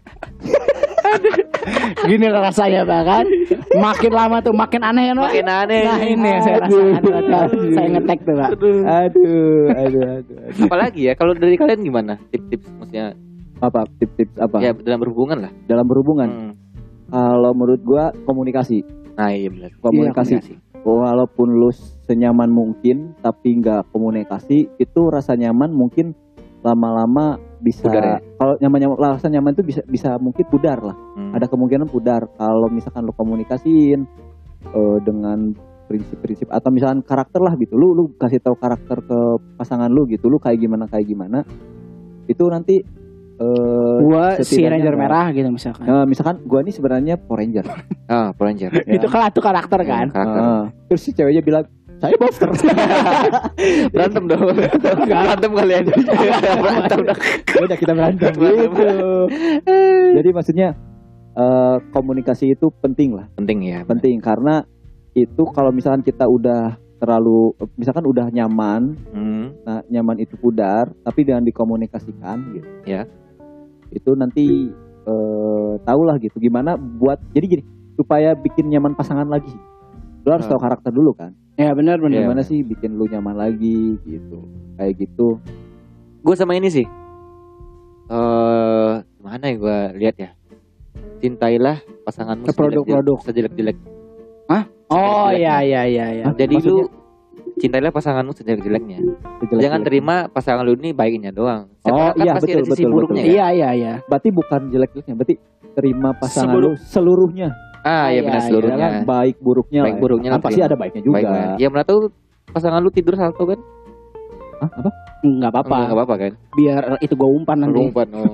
Gini lah rasanya bahkan makin lama tuh makin aneh kan Pak? Makin aneh. Nah ini yang saya rasakan waktu saya ngetek tuh Pak. Aduh, aduh, aduh, aduh. Apalagi ya kalau dari kalian gimana? Tips-tips maksudnya Apa tips-tips apa? ya dalam berhubungan lah. Dalam berhubungan. Hmm. Kalau menurut gua komunikasi. Nah iya benar. Komunikasi. Iya, Walaupun lu senyaman mungkin tapi nggak komunikasi, itu rasa nyaman mungkin lama-lama bisa. Pudar ya? Kalau nyaman-nyaman rasa nyaman itu bisa bisa mungkin pudar lah. Hmm. Ada kemungkinan pudar kalau misalkan lu komunikasiin eh, dengan prinsip-prinsip atau misalkan karakter lah gitu. Lu lu kasih tahu karakter ke pasangan lu gitu. Lu kayak gimana kayak gimana. Itu nanti eh, Gua si setidaknya Ranger nggak- merah gitu misalkan. Nah, misalkan gua nih sebenarnya Power Ranger. Ah, Power Ranger. Ya. Itu kan itu karakter kan. Karakter. Ah, terus si ceweknya bilang saya monster. Berantem dong. Berantem kalian. Berantem dong. Udah kita berantem gitu. Jadi maksudnya eh, komunikasi itu penting lah, Penting ya. penting karena itu kalau misalkan kita udah terlalu, misalkan udah nyaman, Hmm. nah nyaman itu pudar, tapi dengan dikomunikasikan gitu. Ya. Itu nanti eh, tahulah gitu gimana buat, jadi gini supaya bikin nyaman pasangan lagi. Lu harus Ah. tahu karakter dulu kan. Ya benar benar. Iya. Gimana sih bikin lu nyaman lagi gitu. Kayak gitu. Gue sama ini sih. Eh, gimana ya gue lihat ya. Cintailah pasanganmu Ke produk-produk. sejelek-jelek. Oh iya iya iya iya. Hah? Jadi Maksudnya? lu cintailah pasanganmu sejelek-jeleknya. Sejelek-jelek. Jangan terima pasangan lu ini baiknya doang. Setiap Oh, orang kan iya, pasti betul, ada sisi betul, buruknya betul. ya. Iya iya iya. Berarti bukan jelek-jeleknya, berarti terima pasangan Sebelum- lu seluruhnya. Ah, iya Iya, benar iya, seluruhnya. Ya kan? Baik buruknya Baik lah ya. buruknya Kan lah pasti terima. ada baiknya juga. Baik banget. Ya mana tahu pasangan lu tidur salto kan? Hah, apa? Enggak apa-apa. Enggak apa-apa kan? Biar itu gua umpan nanti. Rumpan. Oh.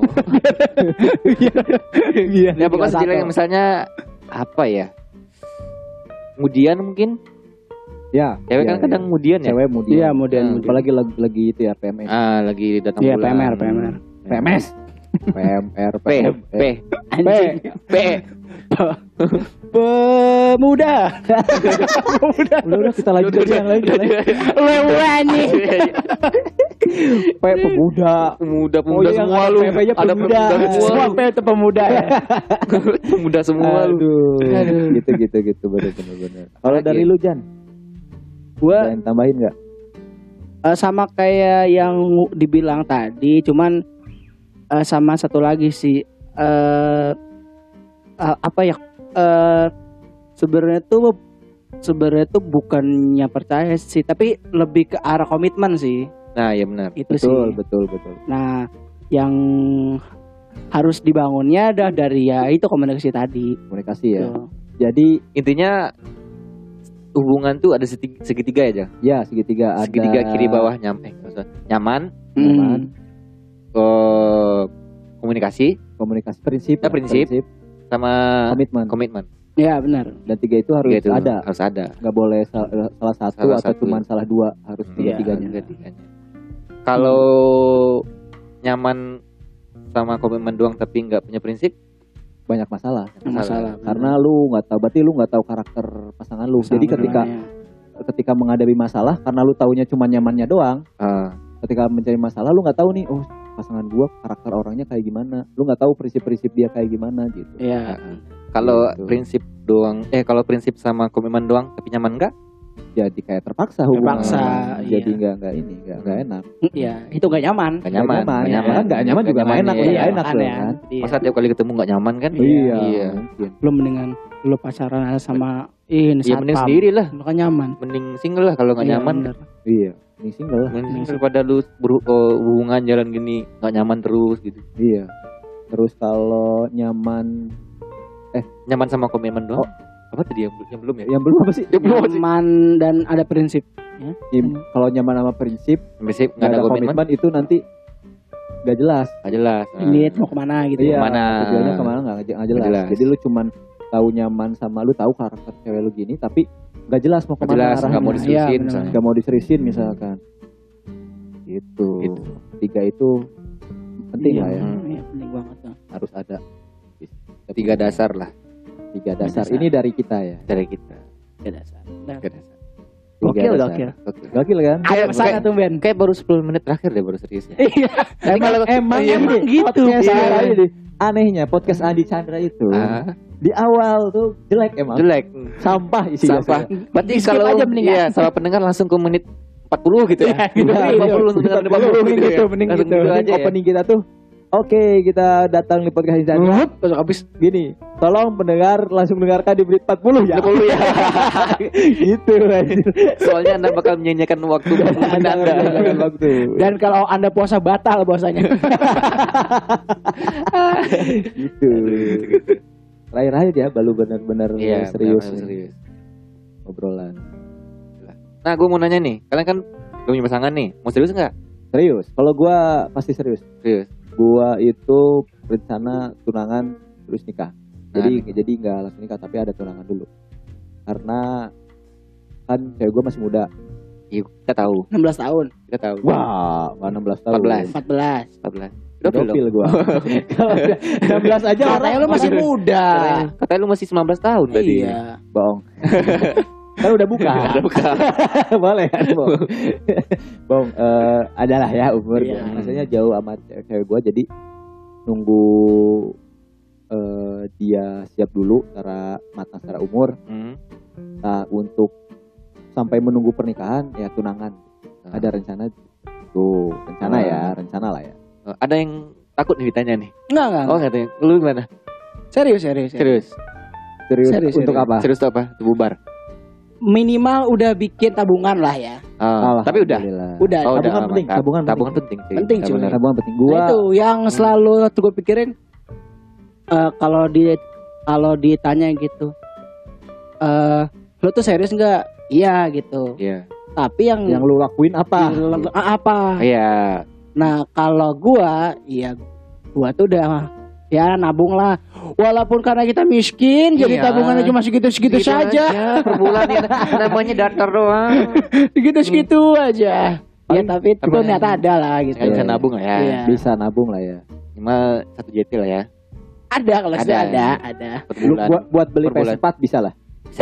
Iya. Ya pokoknya Satu. sejelek misalnya apa ya? Kemudian mungkin Ya. cewek iya, kan kadang iya. kemudian ya. Cewek kemudian. Iya, kemudian, Hmm, kemudian. Apalagi lagi, lagi itu ya P M S. Ah, lagi datang Iya, bulan. P M R, P M R. P M S. P M R, P P Anjing. P. Pemuda. Udah, udah kita lanjut aja yang lain. yang lain. Lewe anjing. P pemuda. Pemuda Oh, pemuda iya, semua ada lu. P P-nya Ada pemuda. pemuda semua. Semua lu. P itu pemuda ya. Pemuda semua lu. Aduh. Gitu gitu gitu bener bener bener. Kalau Apalagi? dari lu Jan, Gua ada yang tambahin nggak? eh, sama kayak yang dibilang tadi, cuman eh, sama satu lagi sih eh eh, apa ya? Eh sebenarnya tuh sebenarnya tuh bukannya percaya sih, tapi lebih ke arah komitmen sih. Nah, ya benar. Itu Betul sih. betul betul. Nah, yang harus dibangunnya adalah dari ya itu komunikasi tadi. Komunikasi ya. Tuh. Jadi Intinya hubungan tuh ada seti- segitiga aja. ya segitiga ada. Segitiga kiri bawah nyampe. Maksudnya nyaman, Nyaman. Hmm. ke komunikasi, Komunikasi prinsip. Ya, prinsip. sama Komitmen. komitmen. Ya benar. Dan tiga itu harus Tiga itu ada. Harus ada. Nggak boleh sal- salah satu Salah atau satu. cuma salah dua, harus Hmm, tiga tiganya. tiga-tiganya. Kalau nyaman sama komitmen doang tapi nggak punya prinsip banyak masalah. Masalah. Karena lu nggak tahu, berarti lu nggak tahu karakter pasangan lu. Jadi ketika ketika menghadapi masalah, karena lu taunya cuma nyamannya doang, uh, ketika mencari masalah lu nggak tahu nih, oh pasangan gua karakter orangnya kayak gimana, lu nggak tahu prinsip-prinsip dia kayak gimana gitu. Iya. kalau Gitu. prinsip doang eh kalau prinsip sama komitmen doang tapi nyaman nggak? Jadi kayak terpaksa hubungan. Terpaksa, Jadi iya. nggak nggak ini nggak nggak enak. Iya, itu gak nyaman. Nggak nyaman, Nggak nyaman. nggak Ya, kan nggak nyaman juga nggak enak, iya. nggak Iya, enak makanya. loh kan. Iya. Masa tiap kali ketemu nggak nyaman kan? Iya. Iya. Mungkin. Lu mendingan lu pacaran aja sama ini Iya mending sendiri lah, Lu kan nyaman. mending single lah kalau nggak Iya, nyaman. bener. Iya. Ini single lah. Mending single pada lu ber- uh, hubungan jalan gini nggak nyaman terus gitu. Iya. Terus kalau nyaman, Nyaman sama komitmen doang. Oh. Apa tadi yang, yang belum ya? yang belum apa sih? Yang belum sih. Nyaman dan ada prinsip. Im- Kalau nyaman sama prinsip, Prinsip nggak nggak ada ada komitmen, komitmen itu nanti nggak jelas. nggak jelas. Ini mau kemana gitu. Iya. Kemana? Tujuannya kemana nggak nggak jelas. Nggak jelas. Jadi lu cuman tahu nyaman sama lu tahu karakter cewek lu gini, tapi nggak jelas mau Nggak kemana jelas, nggak mau arahnya. diseriusin Iya, benar. misalnya. Nggak mau diseriusin misalkan. Gitu. Gitu. Tiga itu penting Iya, lah ya. Hmm. iya, penting banget tuh. Harus ada Tiga dasar lah tiga dasar. dasar. Ini dari kita ya. dari kita. Tiga dasar. Nah, Tiga dasar. Tiga Gokil, dasar. gokil. Oke. Gokil kan? Ada Kayak- pesan tuh Ben. Kayak baru sepuluh menit terakhir deh baru serius ya. Iya. Emang emang, iya, emang ini gitu. podcast Iya. saya ini. Anehnya podcast Andi Chandra itu Ah, di awal tuh jelek emang. jelek. Sampah isinya. Sampah. Berarti Di-skip kalau aja mendingan. iya, sama pendengar langsung ke menit empat puluh gitu ya. Iya, gitu. lima puluh untuk dengar lima puluh Mending gitu ya. gitu, mending Langsung gitu. gitu Mending aja ya. opening kita tuh. Oke, kita datang di podcast Andi Chandra. Hup, terus habis Gini, tolong pendengar langsung dengarkan di menit empat puluh ya. lima puluh ya. Gitu anjir. Soalnya Anda bakal menyanyikan waktu Anda Anda. menjalankan waktu. dan kalau Anda puasa batal puasanya. Gitu. Terakhir aja ya, baru benar-benar Iya, serius benar-benar nih, serius. obrolan. Nah, gue mau nanya nih, kalian kan gak punya pasangan nih, mau serius nggak? Serius. Kalau gua pasti serius. Serius. Gua itu rencana tunangan terus nikah. Jadi Nah. jadi nggak langsung nikah tapi ada tunangan dulu. Karena kan cewek gua masih muda. Iya, kita tahu, enam belas tahun. kita tahu. Wah, nggak enam belas tahun. empat belas. empat belas. empat belas. Pedofil gua. Kalau udah enam belas aja orang Katanya lu masih muda. Katanya, katanya lu masih sembilan belas tahun berarti. Iya. bohong. Kan udah buka. Udah buka. Boleh kan, bohong. Bohong, eh, adalah ya umur. Iya. Maksudnya jauh sama cewek cewek gua jadi nunggu eh, dia siap dulu secara matang secara umur. Hmm. Nah, untuk sampai menunggu pernikahan ya tunangan. Nah. Ada rencana tuh, rencana Oh. ya, rencana lah ya. Oh, ada yang takut nih ditanya nih. Enggak, enggak. Oh, nggak tahu. Lu gimana? Serius, serius. serius. Serius, Serius, serius, untuk serius. apa? Serius tuh apa? Tuh bubar. Minimal udah bikin tabungan lah ya. Oh, tapi udah. Alhamdulillah. Udah. Oh, tabungan udah penting, aman. tabungan tabungan penting. cuy. Penting, cuy. Tabungan. Tabungan penting Nah, gua. itu yang selalu tuh gue pikirin eh, kalau di kalau ditanya gitu. Eh, lu tuh serius nggak? Iya gitu. Iya. Tapi yang Yang lu lakuin apa? yang- apa? Iya. Nah, kalau gua, ya gua tuh udah ya nabung lah. Walaupun karena kita miskin, jadi Iya. tabungannya cuma segitu-segitu Gitu saja. aja, per bulan ya. Namanya datar doang. Segitu-segitu aja. Ya tapi itu Tapi- ternyata ada lah gitu. Nggak bisa nabung lah ya. Iya. Bisa nabung lah ya. Minimal satu J T lah ya. Ada kalau Ada. sudah ada, ada. Per Lu bulan. buat, buat beli Per P S bulan. empat bisa lah.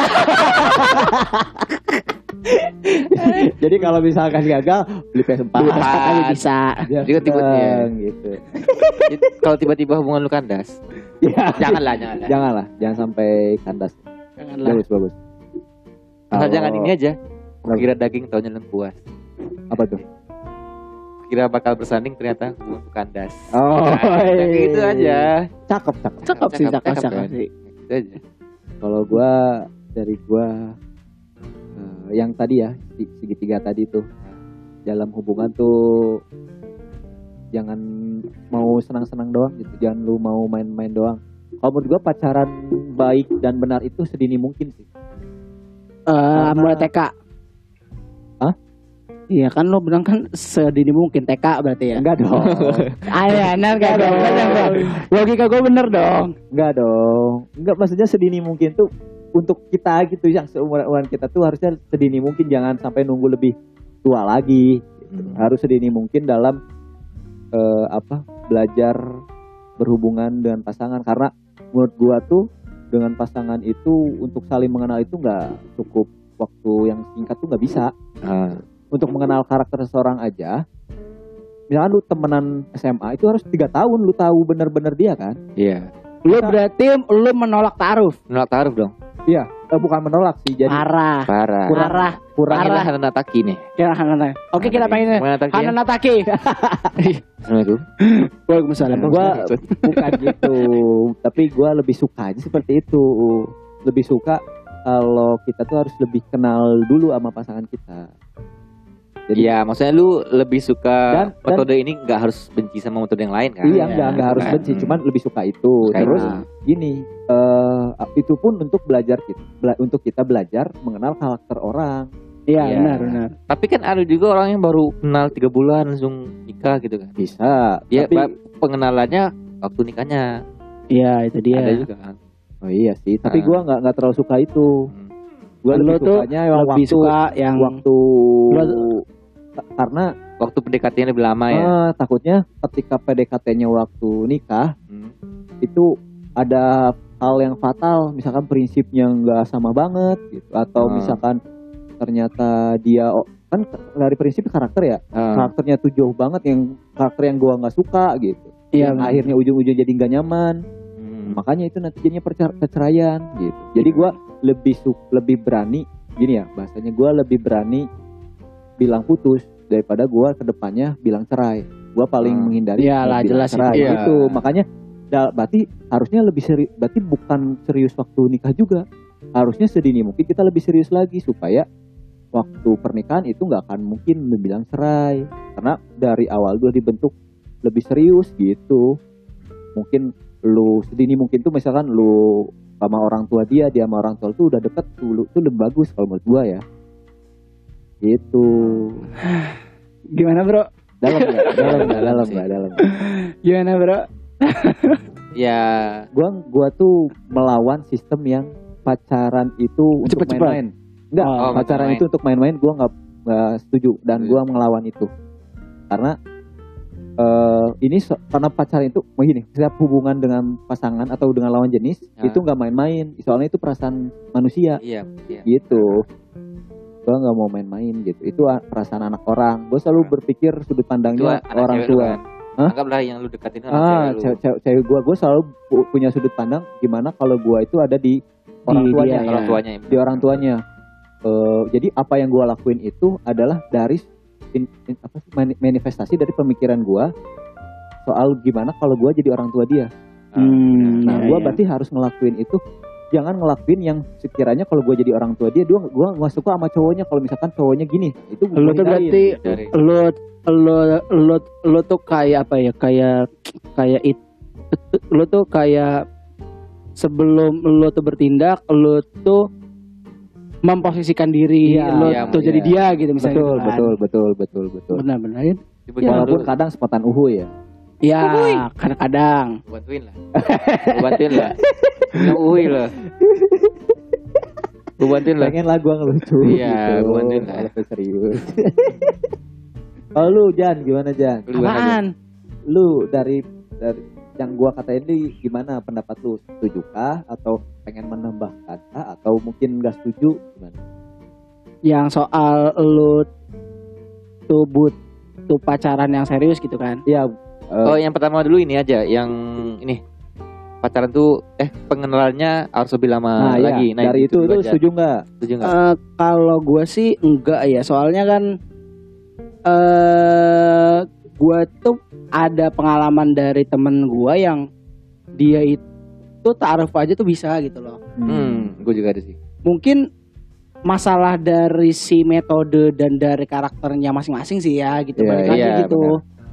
Jadi kalau misalkan gagal beli P S empat. Dua. Empat aja bisa. Biar Juga tiba- seneng, gitu. Jadi, kalau tiba-tiba hubungan lu kandas, Ya, janganlah, janganlah. janganlah, jangan sampai kandas. Janganlah. Bagus, bagus. Asal Kalau- jangan ini aja. Kira daging taunya lengkuas. Apa tuh? Kira bakal bersanding ternyata hubungan tuh kandas. Oh, Nah, iya. gitu aja. Cakep, cakep. Cakep sih, cakep, Cakep, cakep kan? sih. Gitu aja. Kalau gua dari gua eh, yang tadi ya si- segitiga tadi tuh dalam hubungan tuh jangan mau senang-senang doang gitu, jangan lu mau main-main doang. Kalau menurut gua pacaran baik dan benar itu sedini mungkin sih. Eh, mulai T K. Hah? Iya kan lo bilang kan sedini mungkin T K berarti ya. Enggak dong. Ah, ya, benar gak dong? Benar dong. Logika gue bener dong. Enggak dong. Enggak, maksudnya sedini mungkin tuh untuk kita gitu yang seumuran kita tuh harusnya sedini mungkin, jangan sampai nunggu lebih tua lagi. Gitu. Hmm. Harus sedini mungkin dalam eh, apa belajar berhubungan dengan pasangan, karena menurut gua tuh dengan pasangan itu untuk saling mengenal itu nggak cukup waktu yang singkat tuh nggak bisa. Ah. Untuk mengenal karakter seseorang aja, misalkan lu temenan S M A itu harus tiga tahun lu tahu bener-bener dia kan. Iya. Lu berarti lu menolak ta'aruf. Menolak taruh dong. Iya, eh, bukan menolak sih, jadi Parah. Parah. Kurang- Parah. kurang Panggillah Parah. Hana Nataki nih. Kira Hanana. Oke, kita panggilnya Hana Nataki. Hana Nataki. Assalamualaikum. Waalaikumsalam. gua bukan gitu, tapi gua lebih suka aja seperti itu. Lebih suka kalau kita tuh harus lebih kenal dulu sama pasangan kita. Jadi Iya, maksudnya lu lebih suka Dan- metode ini nggak harus benci sama metode yang lain kan? iya enggak enggak harus Bukan. benci, cuman lebih suka itu. Suka Terus itu. gini, eh itu pun untuk belajar kita, bela- untuk kita belajar mengenal karakter orang. Iya, Iya. benar, benar. Tapi kan ada juga orang yang baru kenal tiga bulan langsung nikah gitu kan? Bisa, Ya, tapi ba- pengenalannya waktu nikahnya Iya, itu dia. ada juga kan? oh iya sih, tapi Ah. gua nggak nggak terlalu suka itu. Hmm. Gua Lu lebih tuh sukanya yang Lebih waktu suka yang waktu Lu- karena Waktu P D K T-nya lebih lama ya? eh, takutnya ketika P D K T-nya waktu nikah Hmm. itu ada hal yang fatal, misalkan prinsipnya nggak sama banget gitu, atau Hmm. misalkan ternyata dia oh, kan dari prinsip karakter ya, Ah. karakternya tuh jauh banget yang karakter yang gua nggak suka gitu, Iya, yang benar. akhirnya ujung-ujung jadi nggak nyaman, Hmm. makanya itu nanti jadinya percer- perceraian gitu. Jadi gua lebih su- lebih berani gini ya bahasanya, gua lebih berani bilang putus daripada gua kedepannya bilang cerai. Gua paling Hmm. menghindari Iyalah, bilang jelas cerai itu. Iya. gitu. Makanya da- berarti harusnya lebih serius, berarti bukan serius waktu nikah juga, harusnya sedini mungkin kita lebih serius lagi supaya waktu pernikahan itu nggak akan mungkin bilang cerai, karena dari awal udah dibentuk lebih serius gitu. Mungkin lu sedini mungkin tuh misalkan lu sama orang tua dia, dia sama orang tua tuh udah deket tuh, lu- tuh lebih bagus kalau menurut gua ya. Gitu. Gimana, Bro? Dalam nggak? Dalam nggak? Dalam Sih. nggak? Dalam. Gimana, Bro? Ya, Gua gua tuh melawan sistem yang pacaran itu untuk Cepet-cepet. main-main. Enggak, Oh, pacaran main. itu untuk main-main gua nggak nggak setuju dan Setuju. gua melawan itu. Karena eh ini so- karena pacaran itu begini, setiap hubungan dengan pasangan atau dengan lawan jenis Ya. itu nggak main-main. Soalnya itu perasaan manusia iya, iya. gitu. Gua nggak mau main-main gitu. Itu a- perasaan anak orang. Gua selalu berpikir sudut Itu pandangnya anak orang cewek lu tua. kan? Hah? Anggaplah yang lu deketin itu anak Ah, cewek lu. cewek, cewek, cewek gua, gua selalu pu- punya sudut pandang gimana kalau gua itu ada di orang Di tuanya, dia, Orang ya. tuanya. di orang tuanya. Eh, jadi apa yang gua lakuin itu adalah dari in- in- apa sih, mani- manifestasi dari pemikiran gua soal gimana kalau gua jadi orang tua dia. Hmm, Nah, iya, gua iya. berarti harus ngelakuin itu. Jangan ngelakuin yang sekiranya kalau gua jadi orang tua dia, gua gua nggak suka sama cowoknya. Kalau misalkan cowoknya gini, itu gua Lu tuh hindarin. berarti Dari lu lu lu lu tuh kayak apa ya? Kayak kayak it, lu tuh kayak sebelum lu tuh bertindak, lu tuh memposisikan diri Iya, lu iya, tuh iya. jadi dia gitu misalnya. betul, gitu kan. betul, betul, betul, betul. Benar-benar ya. coba Ya, jangan Walaupun lu- kadang sepotan uhu ya. Ya, kadang-kadang. Gua bantuin lah. Gua bantuin lah. Yang uhui lah. Gua bantuin lah. Pengen lah gua ngelucu Iya, gitu. gua bantuin lah. Kalau serius. Oh lu Jan, gimana Jan? Lu gimana, Jan? Apaan? Lu dari dari yang gua katain ini gimana pendapat lu? Setuju kah atau pengen menambahkan kah atau mungkin nggak setuju gimana? Yang soal lu tuh butuh pacaran yang serius gitu kan? Iya, eh, Oh, yang pertama dulu ini aja, yang ini pacaran tuh eh pengenalannya harus lebih lama nah, lagi. iya, dari itu dulu lu aja. setuju nggak? Setuju nggak? Eh, kalau gue sih enggak ya, soalnya kan eh gue tuh ada pengalaman dari temen gue yang dia itu ta'aruf aja tuh bisa gitu loh. Hmm, gue juga ada sih. Mungkin masalah dari si metode dan dari karakternya masing-masing sih ya gitu. Iya, Balik lagi iya, gitu.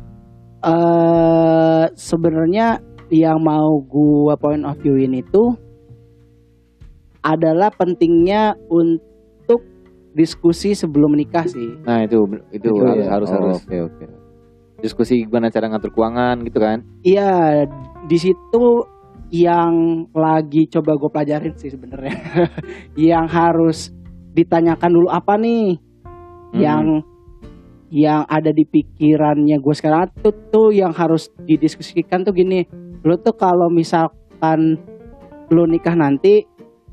Eh sebenarnya yang mau gue point of view-in itu adalah pentingnya untuk diskusi sebelum menikah sih. Nah, itu itu Itu harus ya. harus Oh, harus Oke, oke. diskusi gimana cara ngatur keuangan gitu kan. Iya, di situ yang lagi coba gue pelajarin sih sebenarnya. Yang harus ditanyakan dulu apa nih Hmm. yang yang ada di pikirannya gue sekarang tuh tuh yang harus didiskusikan tuh gini, lu tuh kalau misalkan lu nikah nanti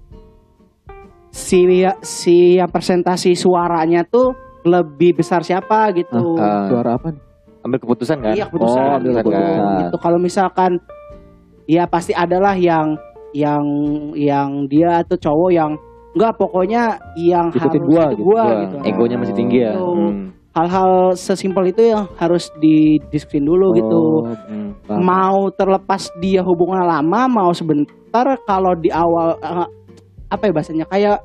si si yang presentasi suaranya tuh lebih besar siapa gitu. Ah, Suara apa nih? ambil keputusan kan? Iya keputusan, Oh, ambil gitu. keputusan. Gitu. Kalau misalkan ya pasti adalah yang yang yang dia tuh cowok yang enggak pokoknya yang Ikutin harus gua itu gitu. gua Wah, gitu. egonya masih tinggi ya. Gitu. Hmm. Hal-hal sesimpel itu yang harus didiskusin dulu gitu. Oh, Hmm. paham. Mau terlepas dia hubungan lama, mau sebentar, kalau di awal eh, apa ya bahasanya kayak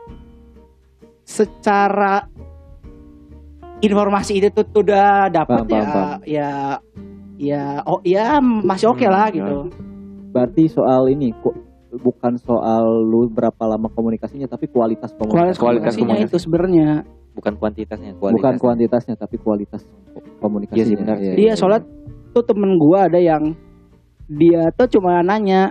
secara informasi itu tuh tuh udah dapat Paham, ya, paham, paham. ya ya oh ya masih oke lah Hmm, gitu. Berarti soal ini ku- bukan soal lu berapa lama komunikasinya, tapi kualitas Kualitas komunikasi. Kualitas komunikasinya komunikasi. itu sebenarnya. Bukan kuantitasnya, kualitas. Bukan kuantitasnya, tapi kualitas komunikasinya. Iya sih, benar sih. Iya, soalnya tuh temen gua ada yang dia tuh cuma nanya,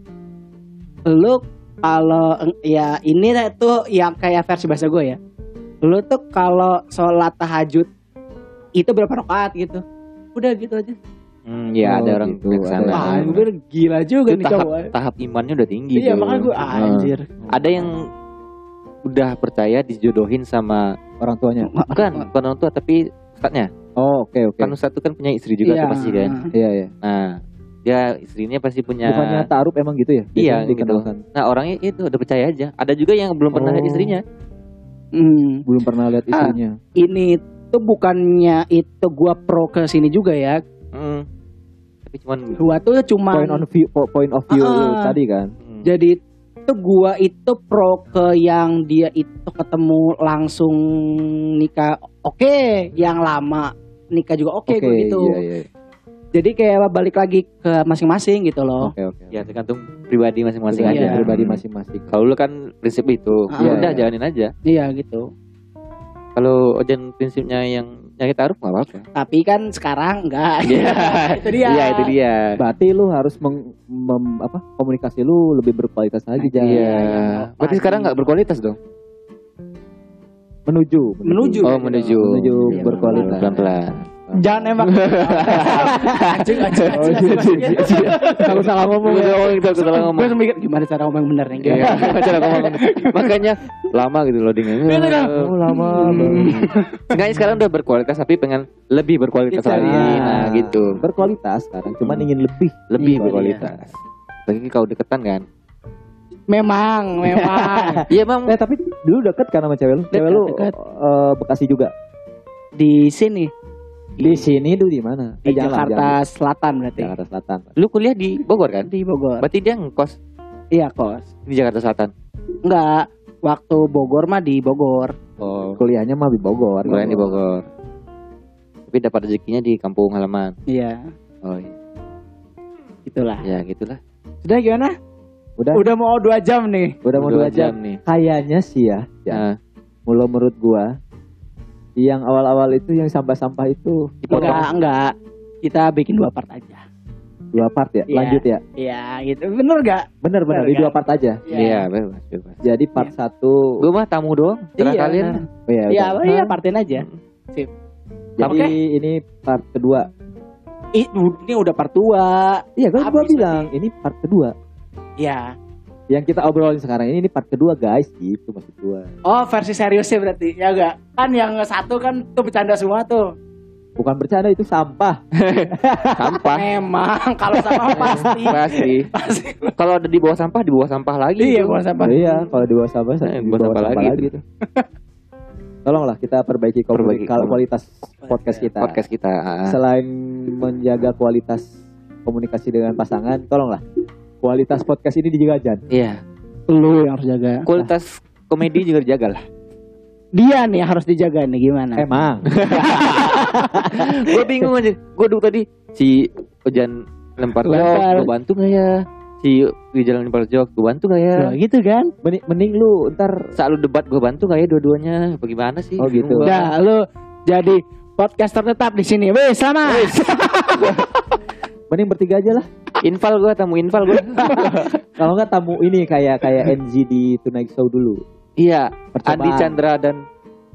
lu kalau ya ini tuh yang kayak versi bahasa gue ya, lu tuh kalau sholat tahajud itu berapa rakaat gitu, udah gitu aja. Hmm, ya Oh, ada orang gitu, yang kesana. ada. Wah, gue bilang, gila juga Itu nih tahap, cowok. tahap imannya udah tinggi. Iya tuh. makanya gue anjir. Ada yang udah percaya dijodohin sama Orang tuanya. bukan bukan orang tua tapi ustadznya. Oh, oke oke. Kan ustadz itu kan punya istri juga Iya. tuh pasti kan. Iya iya. Nah, dia istrinya pasti punya. Bukannya ta'aruf emang gitu ya? Iya, Biasanya dikenalkan. Nah, orangnya itu udah percaya aja. Ada juga yang belum pernah lihat Oh. istrinya. Hmm. Belum pernah lihat Ah. istrinya. Ini tuh bukannya itu gua pro ke sini juga ya. Hmm. Tapi cuman Gua tuh cuma Point on view, po- point of view lu Ah. tadi kan. hmm. jadi itu gua itu pro ke yang dia itu ketemu langsung nikah oke, yang lama nikah juga oke Oke, gua gitu. Iya iya. Jadi kayak balik lagi ke masing-masing gitu loh. Oke oke. Ya tergantung pribadi masing-masing Pribadi, aja. Iya. pribadi Hmm. masing-masing. Kalau lu kan prinsip itu, Ah. ya udah Iya, jalanin aja. Iya gitu. Kalau Ojan prinsipnya yang nyari taruh nggak apa-apa. Tapi kan sekarang enggak. Iya, Itu dia. Iya itu dia. Berarti lu harus meng, mem- apa komunikasi lu lebih berkualitas lagi Jan. Iya. iya. Berarti sekarang nggak berkualitas dong? Menuju, Menuju. Oh menuju. Menuju Iya, berkualitas. Pelan-pelan. Jangan nembak. Anjing anjing. Oh, iya, iya, iya. Aku salah ngomong Gue ya. ngomong itu, aku salah ngomong. Gue mikir gimana cara ngomong yang bener nih. Iya, cara ngomong. Makanya lama gitu loadingnya. Oh, lama banget. Enggaknya sekarang udah berkualitas tapi pengen lebih berkualitas Iya. lagi. Nah, gitu. Berkualitas sekarang, cuman Hmm. ingin lebih. Lebih Iya, berkualitas. Lagi kau deketan kan? Memang, memang. Iya, Bang. Eh tapi dulu deket kan sama cewek lu? Cewek Deket, lu deket. eh, Bekasi juga. Di sini Di sini dulu di mana? di Eh, jangan lah, Jakarta jangan. Selatan berarti. Jakarta Selatan. Lu kuliah di Bogor kan? Di Bogor. Berarti dia ngekos Iya, kos. di Jakarta Selatan. Enggak, waktu Bogor mah di Bogor. Oh, Kuliahnya mah di Bogor. kuliah di Bogor. Tapi dapat rezekinya di kampung halaman. Iya, Oh, iya. itulah. Ya, gitulah. Sudah gimana? Udah, Udah mau dua jam nih. udah mau dua jam. nih. Kayaknya sih ya, ya. Nah, Mula menurut gua, yang awal-awal itu yang sampah-sampah itu dipotong. Enggak, enggak. Kita bikin dua part aja. dua part ya. Iya. Lanjut ya. Iya, gitu. Bener gak? Bener-bener Bener di kan? dua part aja. Iya, bebas, bebas. Jadi part satu. Gue mah tamu doang. Terah Iya, kalian. bener. Oh, iya, Iya, udah. iya, partin aja. Jadi Oke. ini part kedua. Ih, ini udah part dua. Iya kan gua Habis bilang ini part kedua. Iya. Yang kita obrolin sekarang ini ini part kedua guys, gitu maksud gua. Oh, versi seriusnya berarti. Ya enggak? Kan yang satu kan tuh bercanda semua tuh. Bukan bercanda itu sampah. Sampah. Memang kalau sama pasti. Pasti. Pasti. Kalau ada di bawah sampah, di bawah sampah lagi. Iya, tuh. bukan sampah. Iya, kalau di bawah sampah, Eh, di bawah bawah sampah sampah lagi lagi. tuh. Tolonglah kita perbaiki Perbaiki komunikasi kualitas podcast kita. Podcast kita. ah. Selain menjaga kualitas komunikasi dengan pasangan, tolonglah kualitas podcast ini dijaga Jan. Iya. Lu yang harus jaga. Kualitas komedi juga dijaga lah. Dia nih yang harus dijaga nih gimana? Emang. Gue bingung aja. Gue dulu tadi si Ojan lempar jok, Lempar. gue bantu gak ya? Si Wijal lempar jok, gue bantu gak ya? Nah, gitu kan? Mending, mending lu ntar Saat lu debat gue bantu gak ya dua-duanya? Bagaimana sih? Oh, gitu. Gua- Udah, lu jadi podcaster tetap di sini. Wes, selamat. mending bertiga aja lah. Infal gue, tamu infal gue. Kalau nggak tamu ini kayak kayak N Z di Tonight Show dulu. Iya. Percobaan. Andi Chandra dan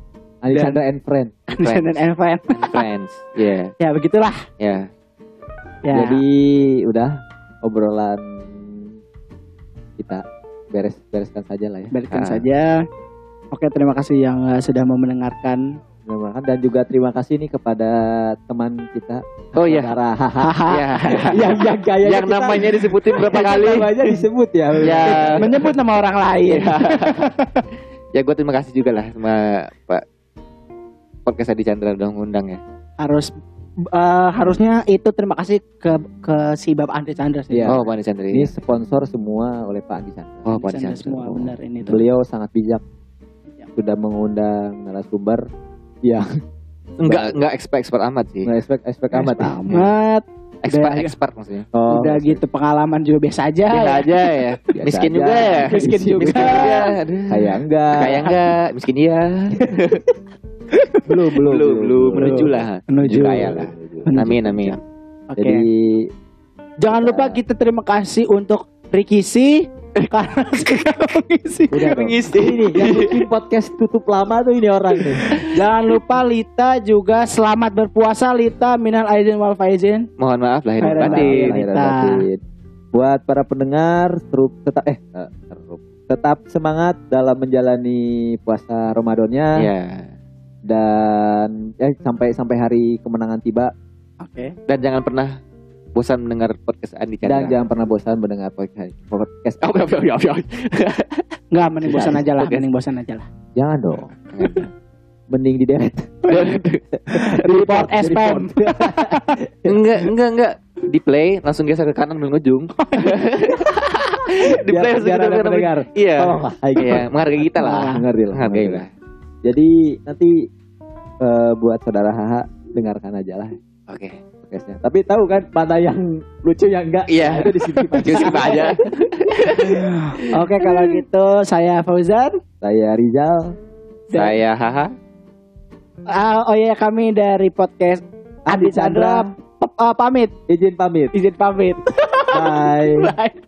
Andi Chandra and Friends. Friends and Friends. Friends. Ya. Ya begitulah. Ya. Ya. Jadi udah obrolan kita beres bereskan saja lah ya. Balikan Ah. saja. Oke, terima kasih yang uh, sudah mau mendengarkan. Terima kasih. Dan juga terima kasih nih kepada teman kita. Oh iya. Saudara haha. Ya. yang yang gaya Yang namanya disebutin berapa kali? Namanya disebut ya. Ya. Menyebut nama orang lain. Ya gue terima kasih juga lah sama Pak Podcast Andi Chandra udah ngundang ya. Harus uh, harusnya itu terima kasih ke ke si Bapak Andi Chandra sih. Iya. Oh Pak Andi Chandra Ini ini. sponsor semua oleh Pak Andi Chandra. Oh Andi Pak Andi Chandra Chandra. semua Oh. benar ini tuh. Beliau sangat bijak. Ya. Sudah mengundang narasumber yang Enggak enggak expert expert amat sih. nggak expect expect amat. ya. Amat. Expert Udah- expert maksudnya. Oh, Udah gitu pengalaman juga biasa aja. Biasa ya. aja ya. Biasa Miskin aja. juga ya. Miskin juga. Miskin juga. Aduh. Kayak enggak. Kayak enggak. Miskin iya. belum belum Belum belum menuju lah. Menuju. Kaya lah. Menuju. Amin amin. Oke. Jadi Jangan lupa kita terima kasih untuk Ricky Si karena sudah mengisi. udah dong. Mengisi. Ini yang bikin podcast tutup lama tuh ini orang nih. Jangan lupa Lita juga selamat berpuasa Lita minal aidin wal faizin. Mohon maaf lahir dan Lahir dan batin. batin. Lahir dan Kita. batin. Buat para pendengar terus tetap eh eh, terus tetap semangat dalam menjalani puasa Ramadannya Ya. dan ya sampai sampai hari kemenangan tiba Oke. Dan jangan pernah bosan mendengar podcast Andi Chandra. dan jangan pernah bosan mendengar podcast podcast. Oh, oh, oh, oh, oh. Enggak, mending bosan aja lah, Oke. mending bosan aja lah. Jangan dong. Mending di delete. Report spam. enggak, enggak, enggak. Di play langsung geser ke kanan dan ujung. Di Biar- play langsung biar geser ada ke kanan. pendengar. Iya. Oh, kayak gitu. Iya, menghargai kita lah. Mengerti lah. Menghargai mengerti lah. Jadi nanti eh, buat saudara Haha dengarkan aja lah Oke. podcastnya. Tapi tahu kan mana yang lucu yang enggak? Iya. Nah, itu di sini. Skip aja. Oke, kalau gitu saya Fauzan. Saya Rizal. Saya haha. Ah, oh ya, kami dari podcast Andi Chandra p- uh, pamit. Izin pamit. Izin pamit. Bye. Bye.